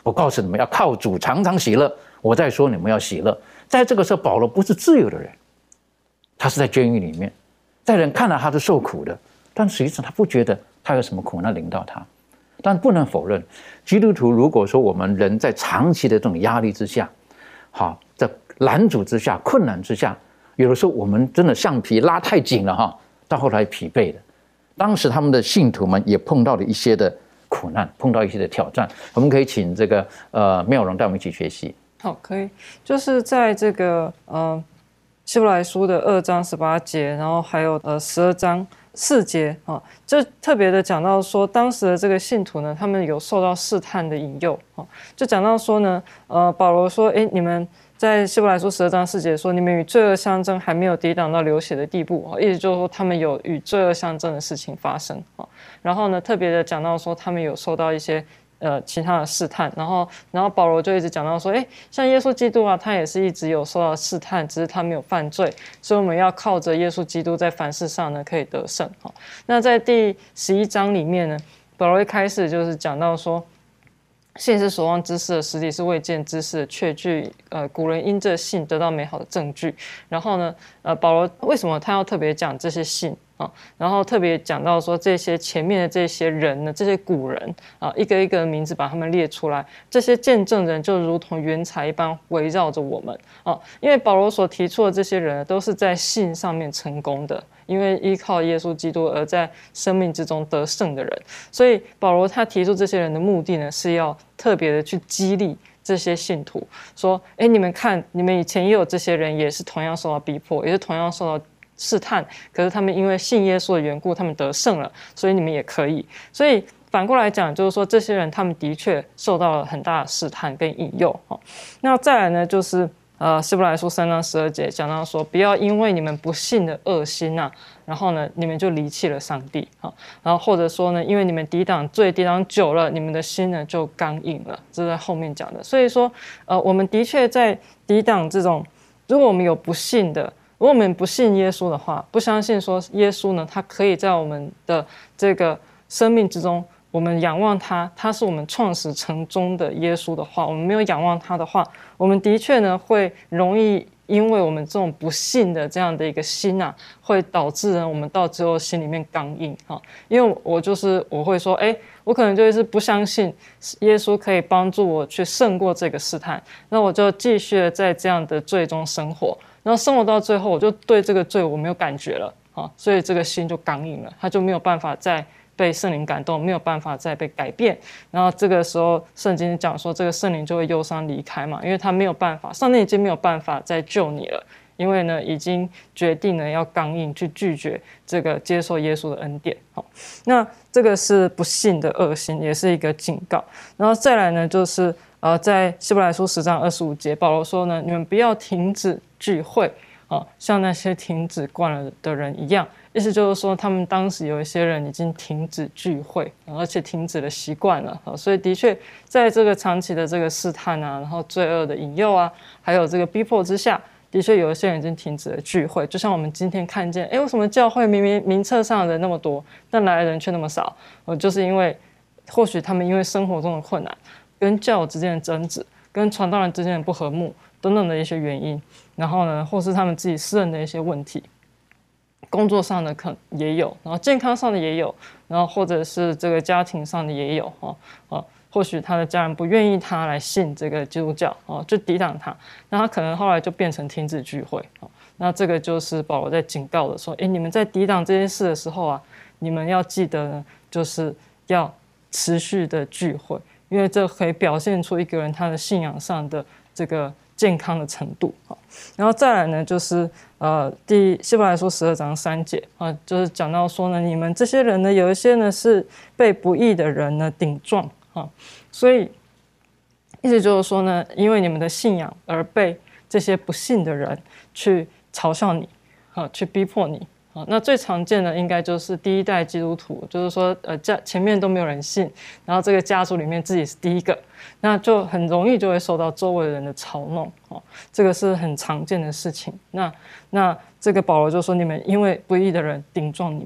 我告诉你们要靠主常常喜乐，我在说你们要喜乐。在这个时候，保罗不是自由的人，他是在监狱里面，在人看到他是受苦的，但实际上他不觉得他有什么苦难临到他。但不能否认，基督徒如果说我们人在长期的这种压力之下，好，在拦阻之下、困难之下，有的时候我们真的橡皮拉太紧了哈，到后来疲惫的。当时他们的信徒们也碰到了一些的苦难，碰到一些的挑战。我们可以请这个妙容带我们一起学习。 好，可以，就是在这个希伯来书的2章18节，然后还有12章4节啊，就特别的讲到说，当时的这个信徒呢，他们有受到试探的引诱啊，就讲到说呢，保罗说，你们在希伯来书12章4节说，你们与罪恶相争，还没有抵挡到流血的地步啊，意思就是说他们有与罪恶相争的事情发生啊。然后呢，特别的讲到说，他们有受到一些其他的试探，然后保罗就一直讲到说，像耶稣基督啊，他也是一直有受到试探，只是他没有犯罪，所以我们要靠着耶稣基督在凡事上呢可以得胜。那在第11章里面呢，保罗一开始就是讲到说，信是所望之事的实体，是未见之事的确据。古人因这信得到美好的证据。然后呢，保罗为什么他要特别讲这些信啊？然后特别讲到说，这些前面的这些人呢，这些古人啊，一个一个的名字把他们列出来。这些见证人就如同云彩一般围绕着我们啊，因为保罗所提出的这些人都是在信上面成功的。因为依靠耶稣基督而在生命之中得胜的人，所以保罗他提出这些人的目的呢，是要特别的去激励这些信徒，说：你们看，你们以前也有这些人，也是同样受到逼迫，也是同样受到试探，可是他们因为信耶稣的缘故，他们得胜了，所以你们也可以。所以反过来讲，就是说这些人他们的确受到了很大的试探跟引诱。那再来呢，就是希伯来书3章12节讲到说，不要因为你们不信的恶心啊，然后呢，你们就离弃了上帝啊。然后或者说呢，因为你们抵挡罪抵挡久了，你们的心呢就刚硬了，这是在后面讲的。所以说，我们的确在抵挡这种，如果我们有不信的，如果我们不信耶稣的话，不相信说耶稣呢，他可以在我们的这个生命之中。我们仰望他，他是我们创始成终的耶稣的话，我们没有仰望他的话，我们的确呢会容易因为我们这种不信的这样的一个心啊，会导致呢我们到最后心里面刚硬啊。因为我会说，我可能就是不相信耶稣可以帮助我去胜过这个试探，那我就继续的在这样的罪中生活，然后生活到最后，我就对这个罪我没有感觉了啊，所以这个心就刚硬了，他就没有办法再被圣灵感动，没有办法再被改变。然后这个时候圣经讲说，这个圣灵就会忧伤离开嘛，因为他没有办法，上帝已经没有办法再救你了，因为呢已经决定了要刚硬去拒绝这个接受耶稣的恩典。那这个是不信的恶心，也是一个警告。然后再来呢，就是在希伯来书10章25节，保罗说呢，你们不要停止聚会像那些停止惯了的人一样。意思就是说，他们当时有一些人已经停止聚会，而且停止了习惯了，所以的确在这个长期的这个试探啊，然后罪恶的引诱啊，还有这个逼迫之下，的确有一些人已经停止了聚会。就像我们今天看见，为什么教会明明名册上的人那么多，但来的人却那么少？就是因为或许他们因为生活中的困难、跟教友之间的争执、跟传道人之间的不和睦等等的一些原因，然后呢，或是他们自己私人的一些问题。工作上的可能也有，然后健康上的也有，然后或者是这个家庭上的也有或许他的家人不愿意他来信这个基督教就抵挡他，那他可能后来就变成停止聚会那这个就是保罗在警告的说，你们在抵挡这件事的时候啊，你们要记得呢，就是要持续的聚会，因为这可以表现出一个人他的信仰上的这个健康的程度然后再来呢，就是希伯来书12章3节就是讲到说呢，你们这些人呢，有一些呢是被不义的人呢顶撞所以意思就是说呢，因为你们的信仰而被这些不信的人去嘲笑你去逼迫你那最常见的应该就是第一代基督徒，就是说前面都没有人信，然后这个家族里面自己是第一个，那就很容易就会受到周围人的嘲弄这个是很常见的事情。那这个保罗就说，你们因为不义的人顶撞你们，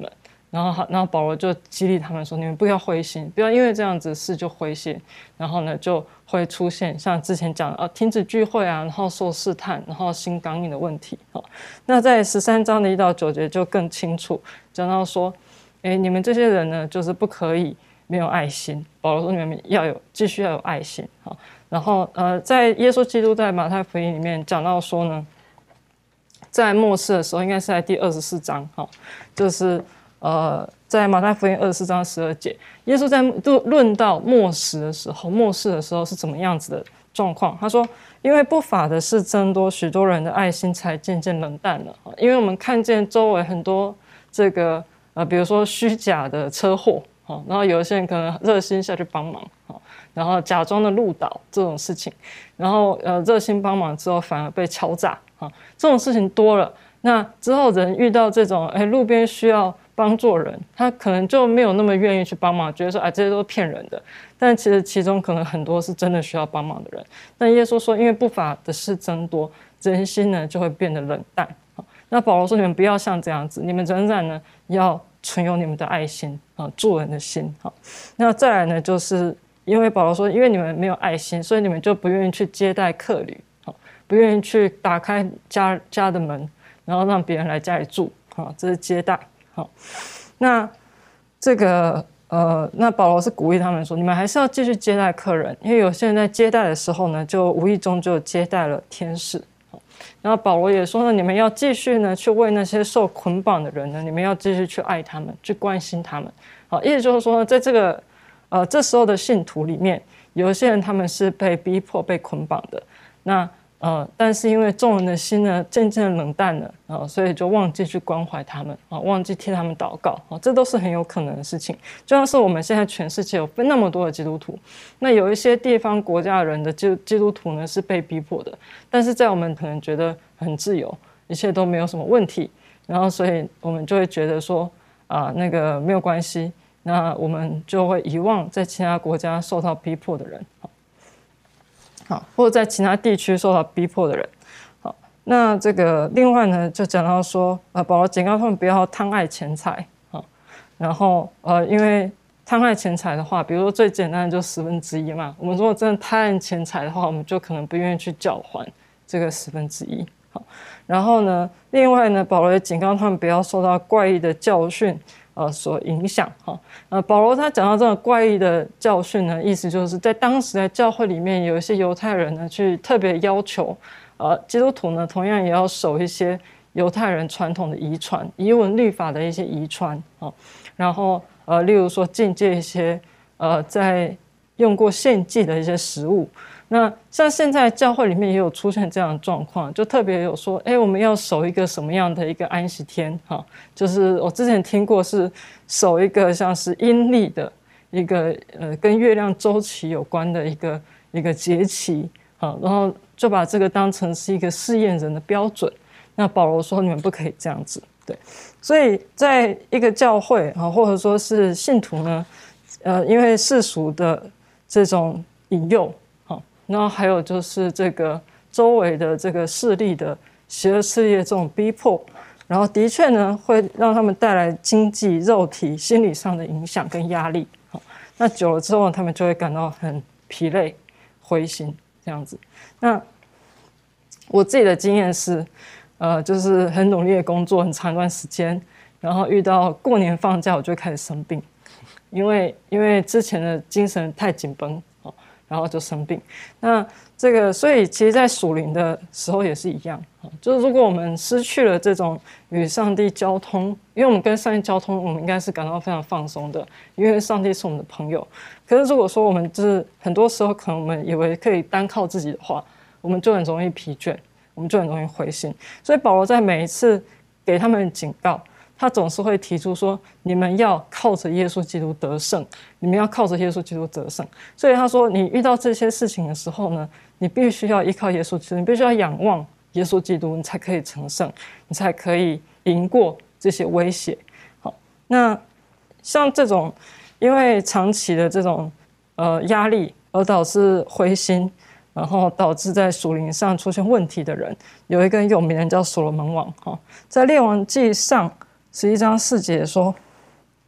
然后保罗就激励他们说：“你们不要灰心，不要因为这样子事就灰心。然后呢，就会出现像之前讲停止聚会啊，然后受试探，然后心刚硬的问题。那在13章的1到9节就更清楚讲到说，你们这些人呢，就是不可以没有爱心。保罗说你们继续要有爱心。然后在耶稣基督在马太福音里面讲到说呢，在末世的时候，应该是在第24章，就是在马太福音24章12节，耶稣在论到末世的时候是怎么样子的状况。他说，因为不法的事增多，许多人的爱心才渐渐冷淡了。因为我们看见周围很多这个比如说虚假的车祸，然后有一些人可能热心下去帮忙，然后假装的路倒这种事情，然后热心帮忙之后反而被敲诈，这种事情多了。那之后人遇到这种路边需要帮助人，他可能就没有那么愿意去帮忙，觉得说这些都是骗人的。但其实其中可能很多是真的需要帮忙的人。但耶稣说，因为不法的事增多，人心呢就会变得冷淡。那保罗说，你们不要像这样子，你们仍然呢要存有你们的爱心助人的心。那再来呢，就是因为保罗说，因为你们没有爱心，所以你们就不愿意去接待客旅，不愿意去打开家的门，然后让别人来家里住，这是接待。那这个那保罗是鼓励他们说，你们还是要继续接待客人，因为有些人在接待的时候呢，就无意中就接待了天使。然后保罗也说呢，你们要继续呢去为那些受捆绑的人呢，你们要继续去爱他们，去关心他们。意思就是说，在这个这时候的信徒里面，有一些人他们是被逼迫、被捆绑的。那但是因为众人的心呢渐渐冷淡了，所以就忘记去关怀他们，忘记替他们祷告，这都是很有可能的事情。就像是我们现在全世界有那么多的基督徒，那有一些地方国家的人的基督徒呢是被逼迫的，但是在我们可能觉得很自由，一切都没有什么问题，然后所以我们就会觉得说那个没有关系，那我们就会遗忘在其他国家受到逼迫的人。或者在其他地区受到逼迫的人。那这个另外呢，就讲到说，保罗警告他们不要贪爱钱财，然后因为贪爱钱财的话，比如说最简单的就1/10嘛。我们如果真的贪爱钱财的话，我们就可能不愿意去缴还这个1/10。然后呢，另外呢，保罗也警告他们不要受到怪异的教训所影响。保罗他讲到这种怪异的教训呢，意思就是在当时的教会里面，有一些犹太人呢，去特别要求基督徒呢，同样也要守一些犹太人传统的遗传、遗文律法的一些遗传。然后例如说禁戒一些在用过献祭的一些食物。那像现在教会里面也有出现这样的状况，就特别有说，我们要守一个什么样的一个安息天，就是我之前听过是守一个像是阴历的一个跟月亮周期有关的一个节期，然后就把这个当成是一个试验人的标准。那保罗说你们不可以这样子，对。所以在一个教会或者说是信徒呢，因为世俗的这种引诱。然后还有就是这个周围的这个势力的邪恶势力的这种逼迫，然后的确呢会让他们带来经济、肉体、心理上的影响跟压力。那久了之后，他们就会感到很疲累、灰心这样子。那我自己的经验是，就是很努力的工作很长一段时间，然后遇到过年放假，我就会开始生病，因为之前的精神太紧绷。然后就生病。那这个，所以其实在属灵的时候也是一样，就是如果我们失去了这种与上帝交通，因为我们跟上帝交通，我们应该是感到非常放松的，因为上帝是我们的朋友。可是如果说我们就是很多时候可能我们以为可以单靠自己的话，我们就很容易疲倦，我们就很容易灰心。所以保罗在每一次给他们警告，他总是会提出说，你们要靠着耶稣基督得胜，你们要靠着耶稣基督得胜。所以他说，你遇到这些事情的时候呢，你必须要依靠耶稣基督，你必须要仰望耶稣基督，你才可以成胜，你才可以赢过这些威胁。好，那像这种因为长期的这种压力而导致灰心，然后导致在属灵上出现问题的人，有一个很有名的人叫所罗门王。在列王记上11章4节说，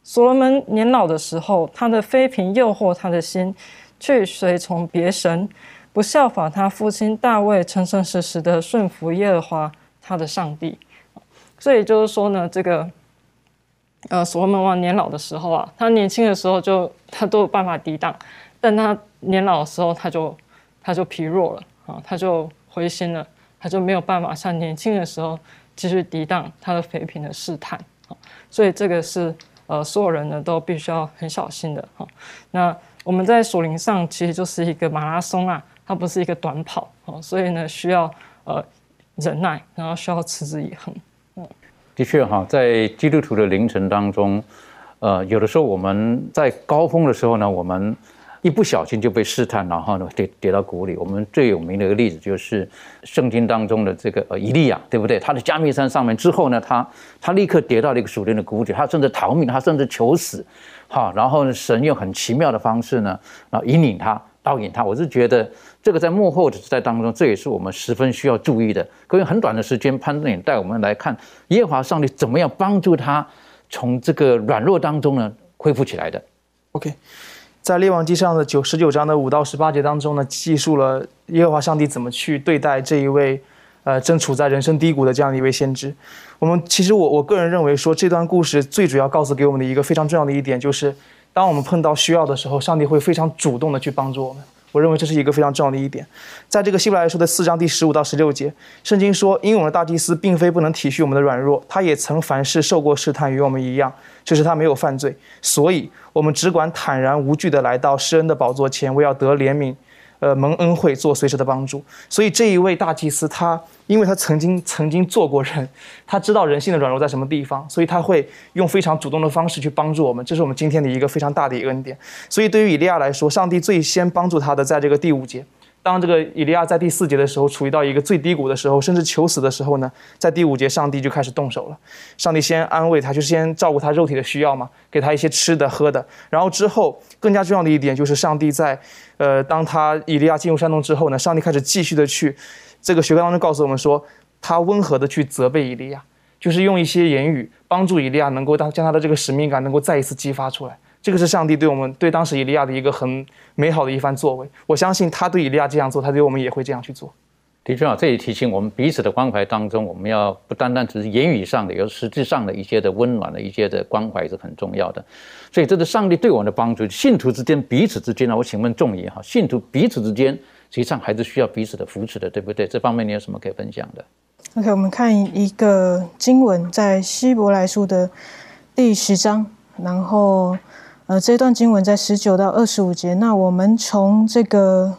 所罗门年老的时候，他的妃嫔诱惑他的心，去随从别神，不效法他父亲大卫诚诚实实的顺服耶和华他的上帝。所以就是说呢，这个所罗门王年老的时候啊，他年轻的时候他都有办法抵挡，但他年老的时候他就疲弱了啊，他就灰心了，他就没有办法像年轻的时候继续抵挡他的妃嫔的试探。所以这个是所有人呢都必须要很小心的。那我们在属灵上其实就是一个马拉松啊，它不是一个短跑，所以呢需要忍耐，然后需要持之以恒。 的确哈，在基督徒的凌晨当中，有的时候我们在高峰的时候呢，我们一不小心就被试探，然后呢跌到谷里。我们最有名的一个例子就是圣经当中的这个以利亚，对不对？他在加密山上面之后呢，他立刻跌到了一个属灵的谷底，他甚至逃命，他甚至求死，然后呢，神用很奇妙的方式呢，然后引领他。导引他，我是觉得这个在幕后的时代当中，这也是我们十分需要注意的。各位，很短的时间，潘正也带我们来看耶和华上帝怎么样帮助他从这个软弱当中呢恢复起来的。 OK， 在列王记上的19章的5到18节当中呢，记述了耶和华上帝怎么去对待这一位正处在人生低谷的这样的一位先知。其实我个人认为说，这段故事最主要告诉给我们的一个非常重要的一点就是，当我们碰到需要的时候，上帝会非常主动的去帮助我们。我认为这是一个非常重要的一点。在这个希伯来书的4章第15到16节，圣经说，因我们的大祭司并非不能体恤我们的软弱，他也曾凡事受过试探，与我们一样，只是他没有犯罪。所以我们只管坦然无惧的来到施恩的宝座前，为要得怜悯，蒙恩惠，做随时的帮助。所以这一位大祭司，因为他曾经做过人，他知道人性的软弱在什么地方，所以他会用非常主动的方式去帮助我们。这是我们今天的一个非常大的一个恩典。所以对于以利亚来说，上帝最先帮助他的，在这个第5节。当这个以利亚在第4节的时候处于到一个最低谷的时候，甚至求死的时候呢，在第5节上帝就开始动手了。上帝先安慰他，就先照顾他肉体的需要嘛，给他一些吃的喝的。然后之后更加重要的一点就是上帝在当以利亚进入山洞之后呢，上帝开始继续的去这个学科当中告诉我们说，他温和的去责备以利亚，就是用一些言语帮助以利亚能够将他的这个使命感能够再一次激发出来。这个是上帝对当时以利亚的一个很美好的一番作为。我相信他对以利亚这样做，他对我们也会这样去做。 的确这也提醒我们彼此的关怀当中，我们要不单单只是言语上的，有实质上的一些的温暖的一些的关怀是很重要的。所以这是上帝对我们的帮助。信徒之间彼此之间呢，我请问仲仪哈，信徒彼此之间实际上还是需要彼此的扶持的，对不对？这方面你有什么可以分享的？ OK， 我们看一个经文，在希伯来书的第10章，然后这段经文在19到25节。那我们从这个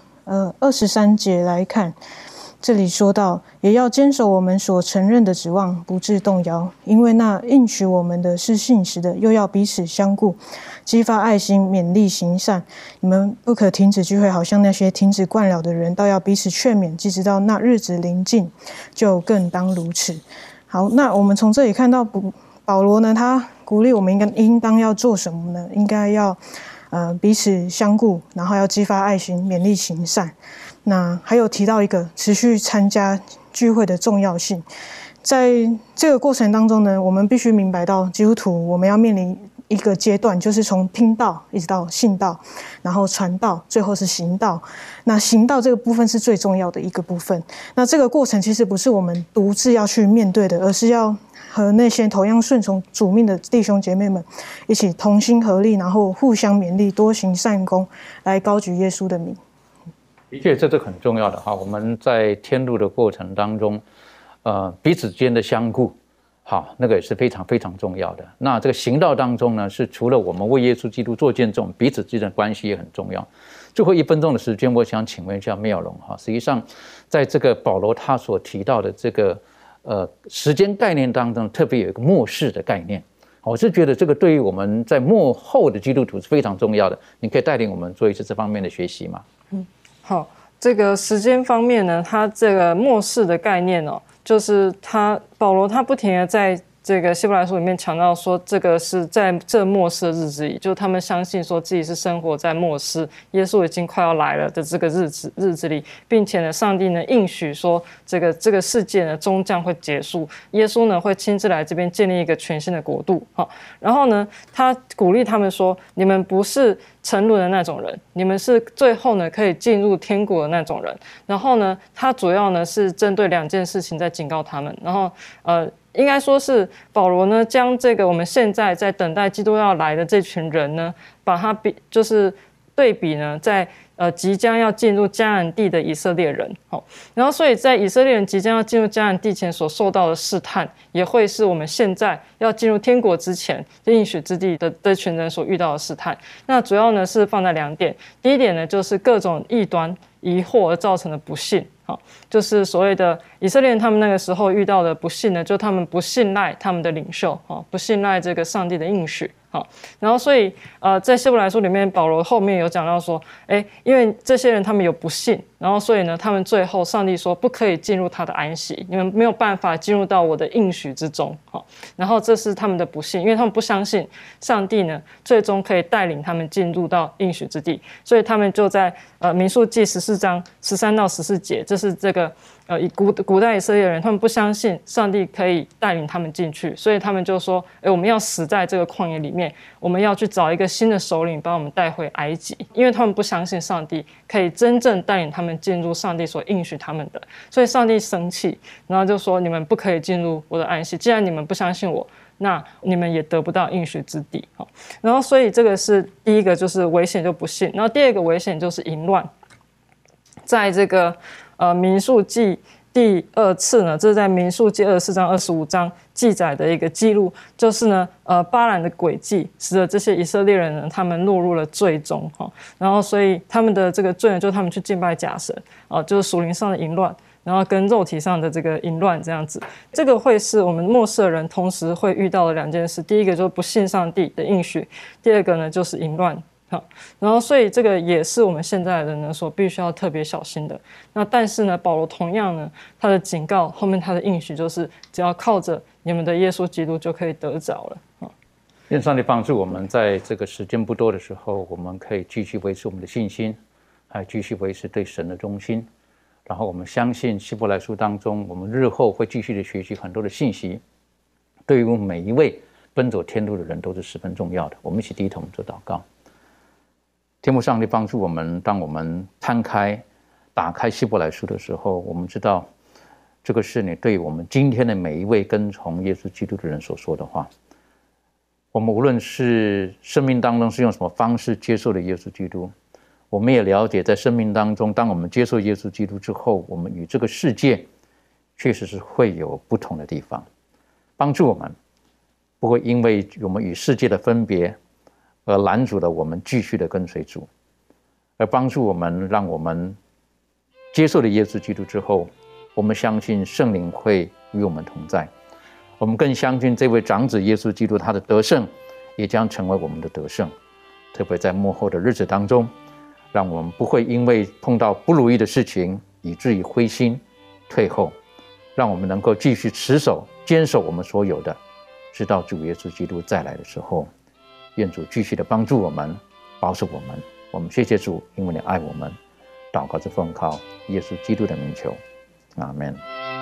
23节来看，这里说到，也要坚守我们所承认的指望，不致动摇，因为那应许我们的是信实的，又要彼此相顾，激发爱心，勉励行善。你们不可停止聚会，好像那些停止惯了的人，倒要彼此劝勉，即直到那日子临近，就更当如此。好，那我们从这里看到保罗呢，他鼓励我们应当要做什么呢？应该要彼此相顾，然后要激发爱心，勉励行善。那还有提到一个持续参加聚会的重要性。在这个过程当中呢，我们必须明白到基督徒我们要面临一个阶段，就是从听道一直到信道，然后传道，最后是行道。那行道这个部分是最重要的一个部分。那这个过程其实不是我们独自要去面对的，而是要和那些同样顺从主命的弟兄姐妹们一起同心合力，然后互相勉励，多行善功，来高举耶稣的名。 的确，这是很重要的哈。我们在天路的过程当中，彼此之间的相顾，好，那个也是非常非常重要的。那这个行道当中呢，是除了我们为耶稣基督做见证，彼此之间的关系也很重要。最后1分钟的时间，我想请问一下妙容哈，实际上在这个保罗他所提到的这个时间概念当中，特别有一个末世的概念。我是觉得这个对于我们在末后的基督徒是非常重要的。你可以带领我们做一次这方面的学习吗？ 好，这个时间方面呢，它这个末世的概念哦，就是保罗他不停的在这个希伯来书里面强调说，这个是在这末世的日子里，就是他们相信说自己是生活在末世，耶稣已经快要来了的这个日子里，并且呢，上帝呢应许说，这个世界呢终将会结束，耶稣呢会亲自来这边建立一个全新的国度。好，然后呢，他鼓励他们说，你们不是沉沦的那种人，你们是最后呢可以进入天国的那种人。然后呢，他主要呢是针对2件事情在警告他们。然后应该说是保罗呢，将这个我们现在在等待基督要来的这群人呢，把它就是对比呢，在即将要进入迦南地的以色列人。然后所以在以色列人即将要进入迦南地前所受到的试探，也会是我们现在要进入天国之前应许之地的这群人所遇到的试探。那主要呢是放在2点，第一点呢就是各种异端疑惑而造成的不信。就是所谓的以色列人他们那个时候遇到的不信呢，就他们不信赖他们的领袖，不信赖这个上帝的应许。然后所以在希伯来书里面，保罗后面有讲到说，因为这些人他们有不信，然后所以呢，他们最后上帝说不可以进入他的安息，你们没有办法进入到我的应许之中。然后这是他们的不信，因为他们不相信上帝呢最终可以带领他们进入到应许之地，所以他们就在民数记14章13到14节，这是这个古代以色列人，他们不相信上帝可以带领他们进去，所以他们就说，我们要死在这个旷野里面，我们要去找一个新的首领把我们带回埃及，因为他们不相信上帝可以真正带领他们进入上帝所应许他们的，所以上帝生气，然后就说，你们不可以进入我的安息，既然你们不相信我，那你们也得不到应许之地。然后所以这个是第一个，就是危险就不信。然后第二个危险就是淫乱，在这个民数记第2次呢，这是在民数记24章25章记载的一个记录，就是呢巴兰的诡计使得这些以色列人呢，他们落入了罪中。然后所以他们的这个罪呢，就是他们去敬拜假神，就是属灵上的淫乱，然后跟肉体上的这个淫乱这样子。这个会是我们末世的人同时会遇到的2件事，第一个就是不信上帝的应许，第二个呢就是淫乱。然后所以这个也是我们现在的人呢所必须要特别小心的。那但是呢，保罗同样呢，他的警告后面他的应许就是只要靠着你们的耶稣基督就可以得着了。 愿上帝帮助我们，在这个时间不多的时候，我们可以继续维持我们的信心，还继续维持对神的忠心。然后我们相信希伯来书当中，我们日后会继续的学习很多的信息，对于我们每一位奔走天路的人都是十分重要的。我们一起低头做祷告。天父上帝帮助我们，当我们打开希伯来书的时候，我们知道这个是你对我们今天的每一位跟从耶稣基督的人所说的话。我们无论是生命当中是用什么方式接受了耶稣基督，我们也了解在生命当中，当我们接受耶稣基督之后，我们与这个世界确实是会有不同的地方。帮助我们不会因为我们与世界的分别而拦阻了我们继续的跟随主，而帮助我们，让我们接受了耶稣基督之后，我们相信圣灵会与我们同在，我们更相信这位长子耶稣基督他的得胜也将成为我们的得胜。特别在末后的日子当中，让我们不会因为碰到不如意的事情以至于灰心退后，让我们能够继续坚守我们所有的，直到主耶稣基督再来的时候。愿主继续的帮助我们，保守我们。我们谢谢主，因为你爱我们。祷告是奉靠耶稣基督的名求，阿们。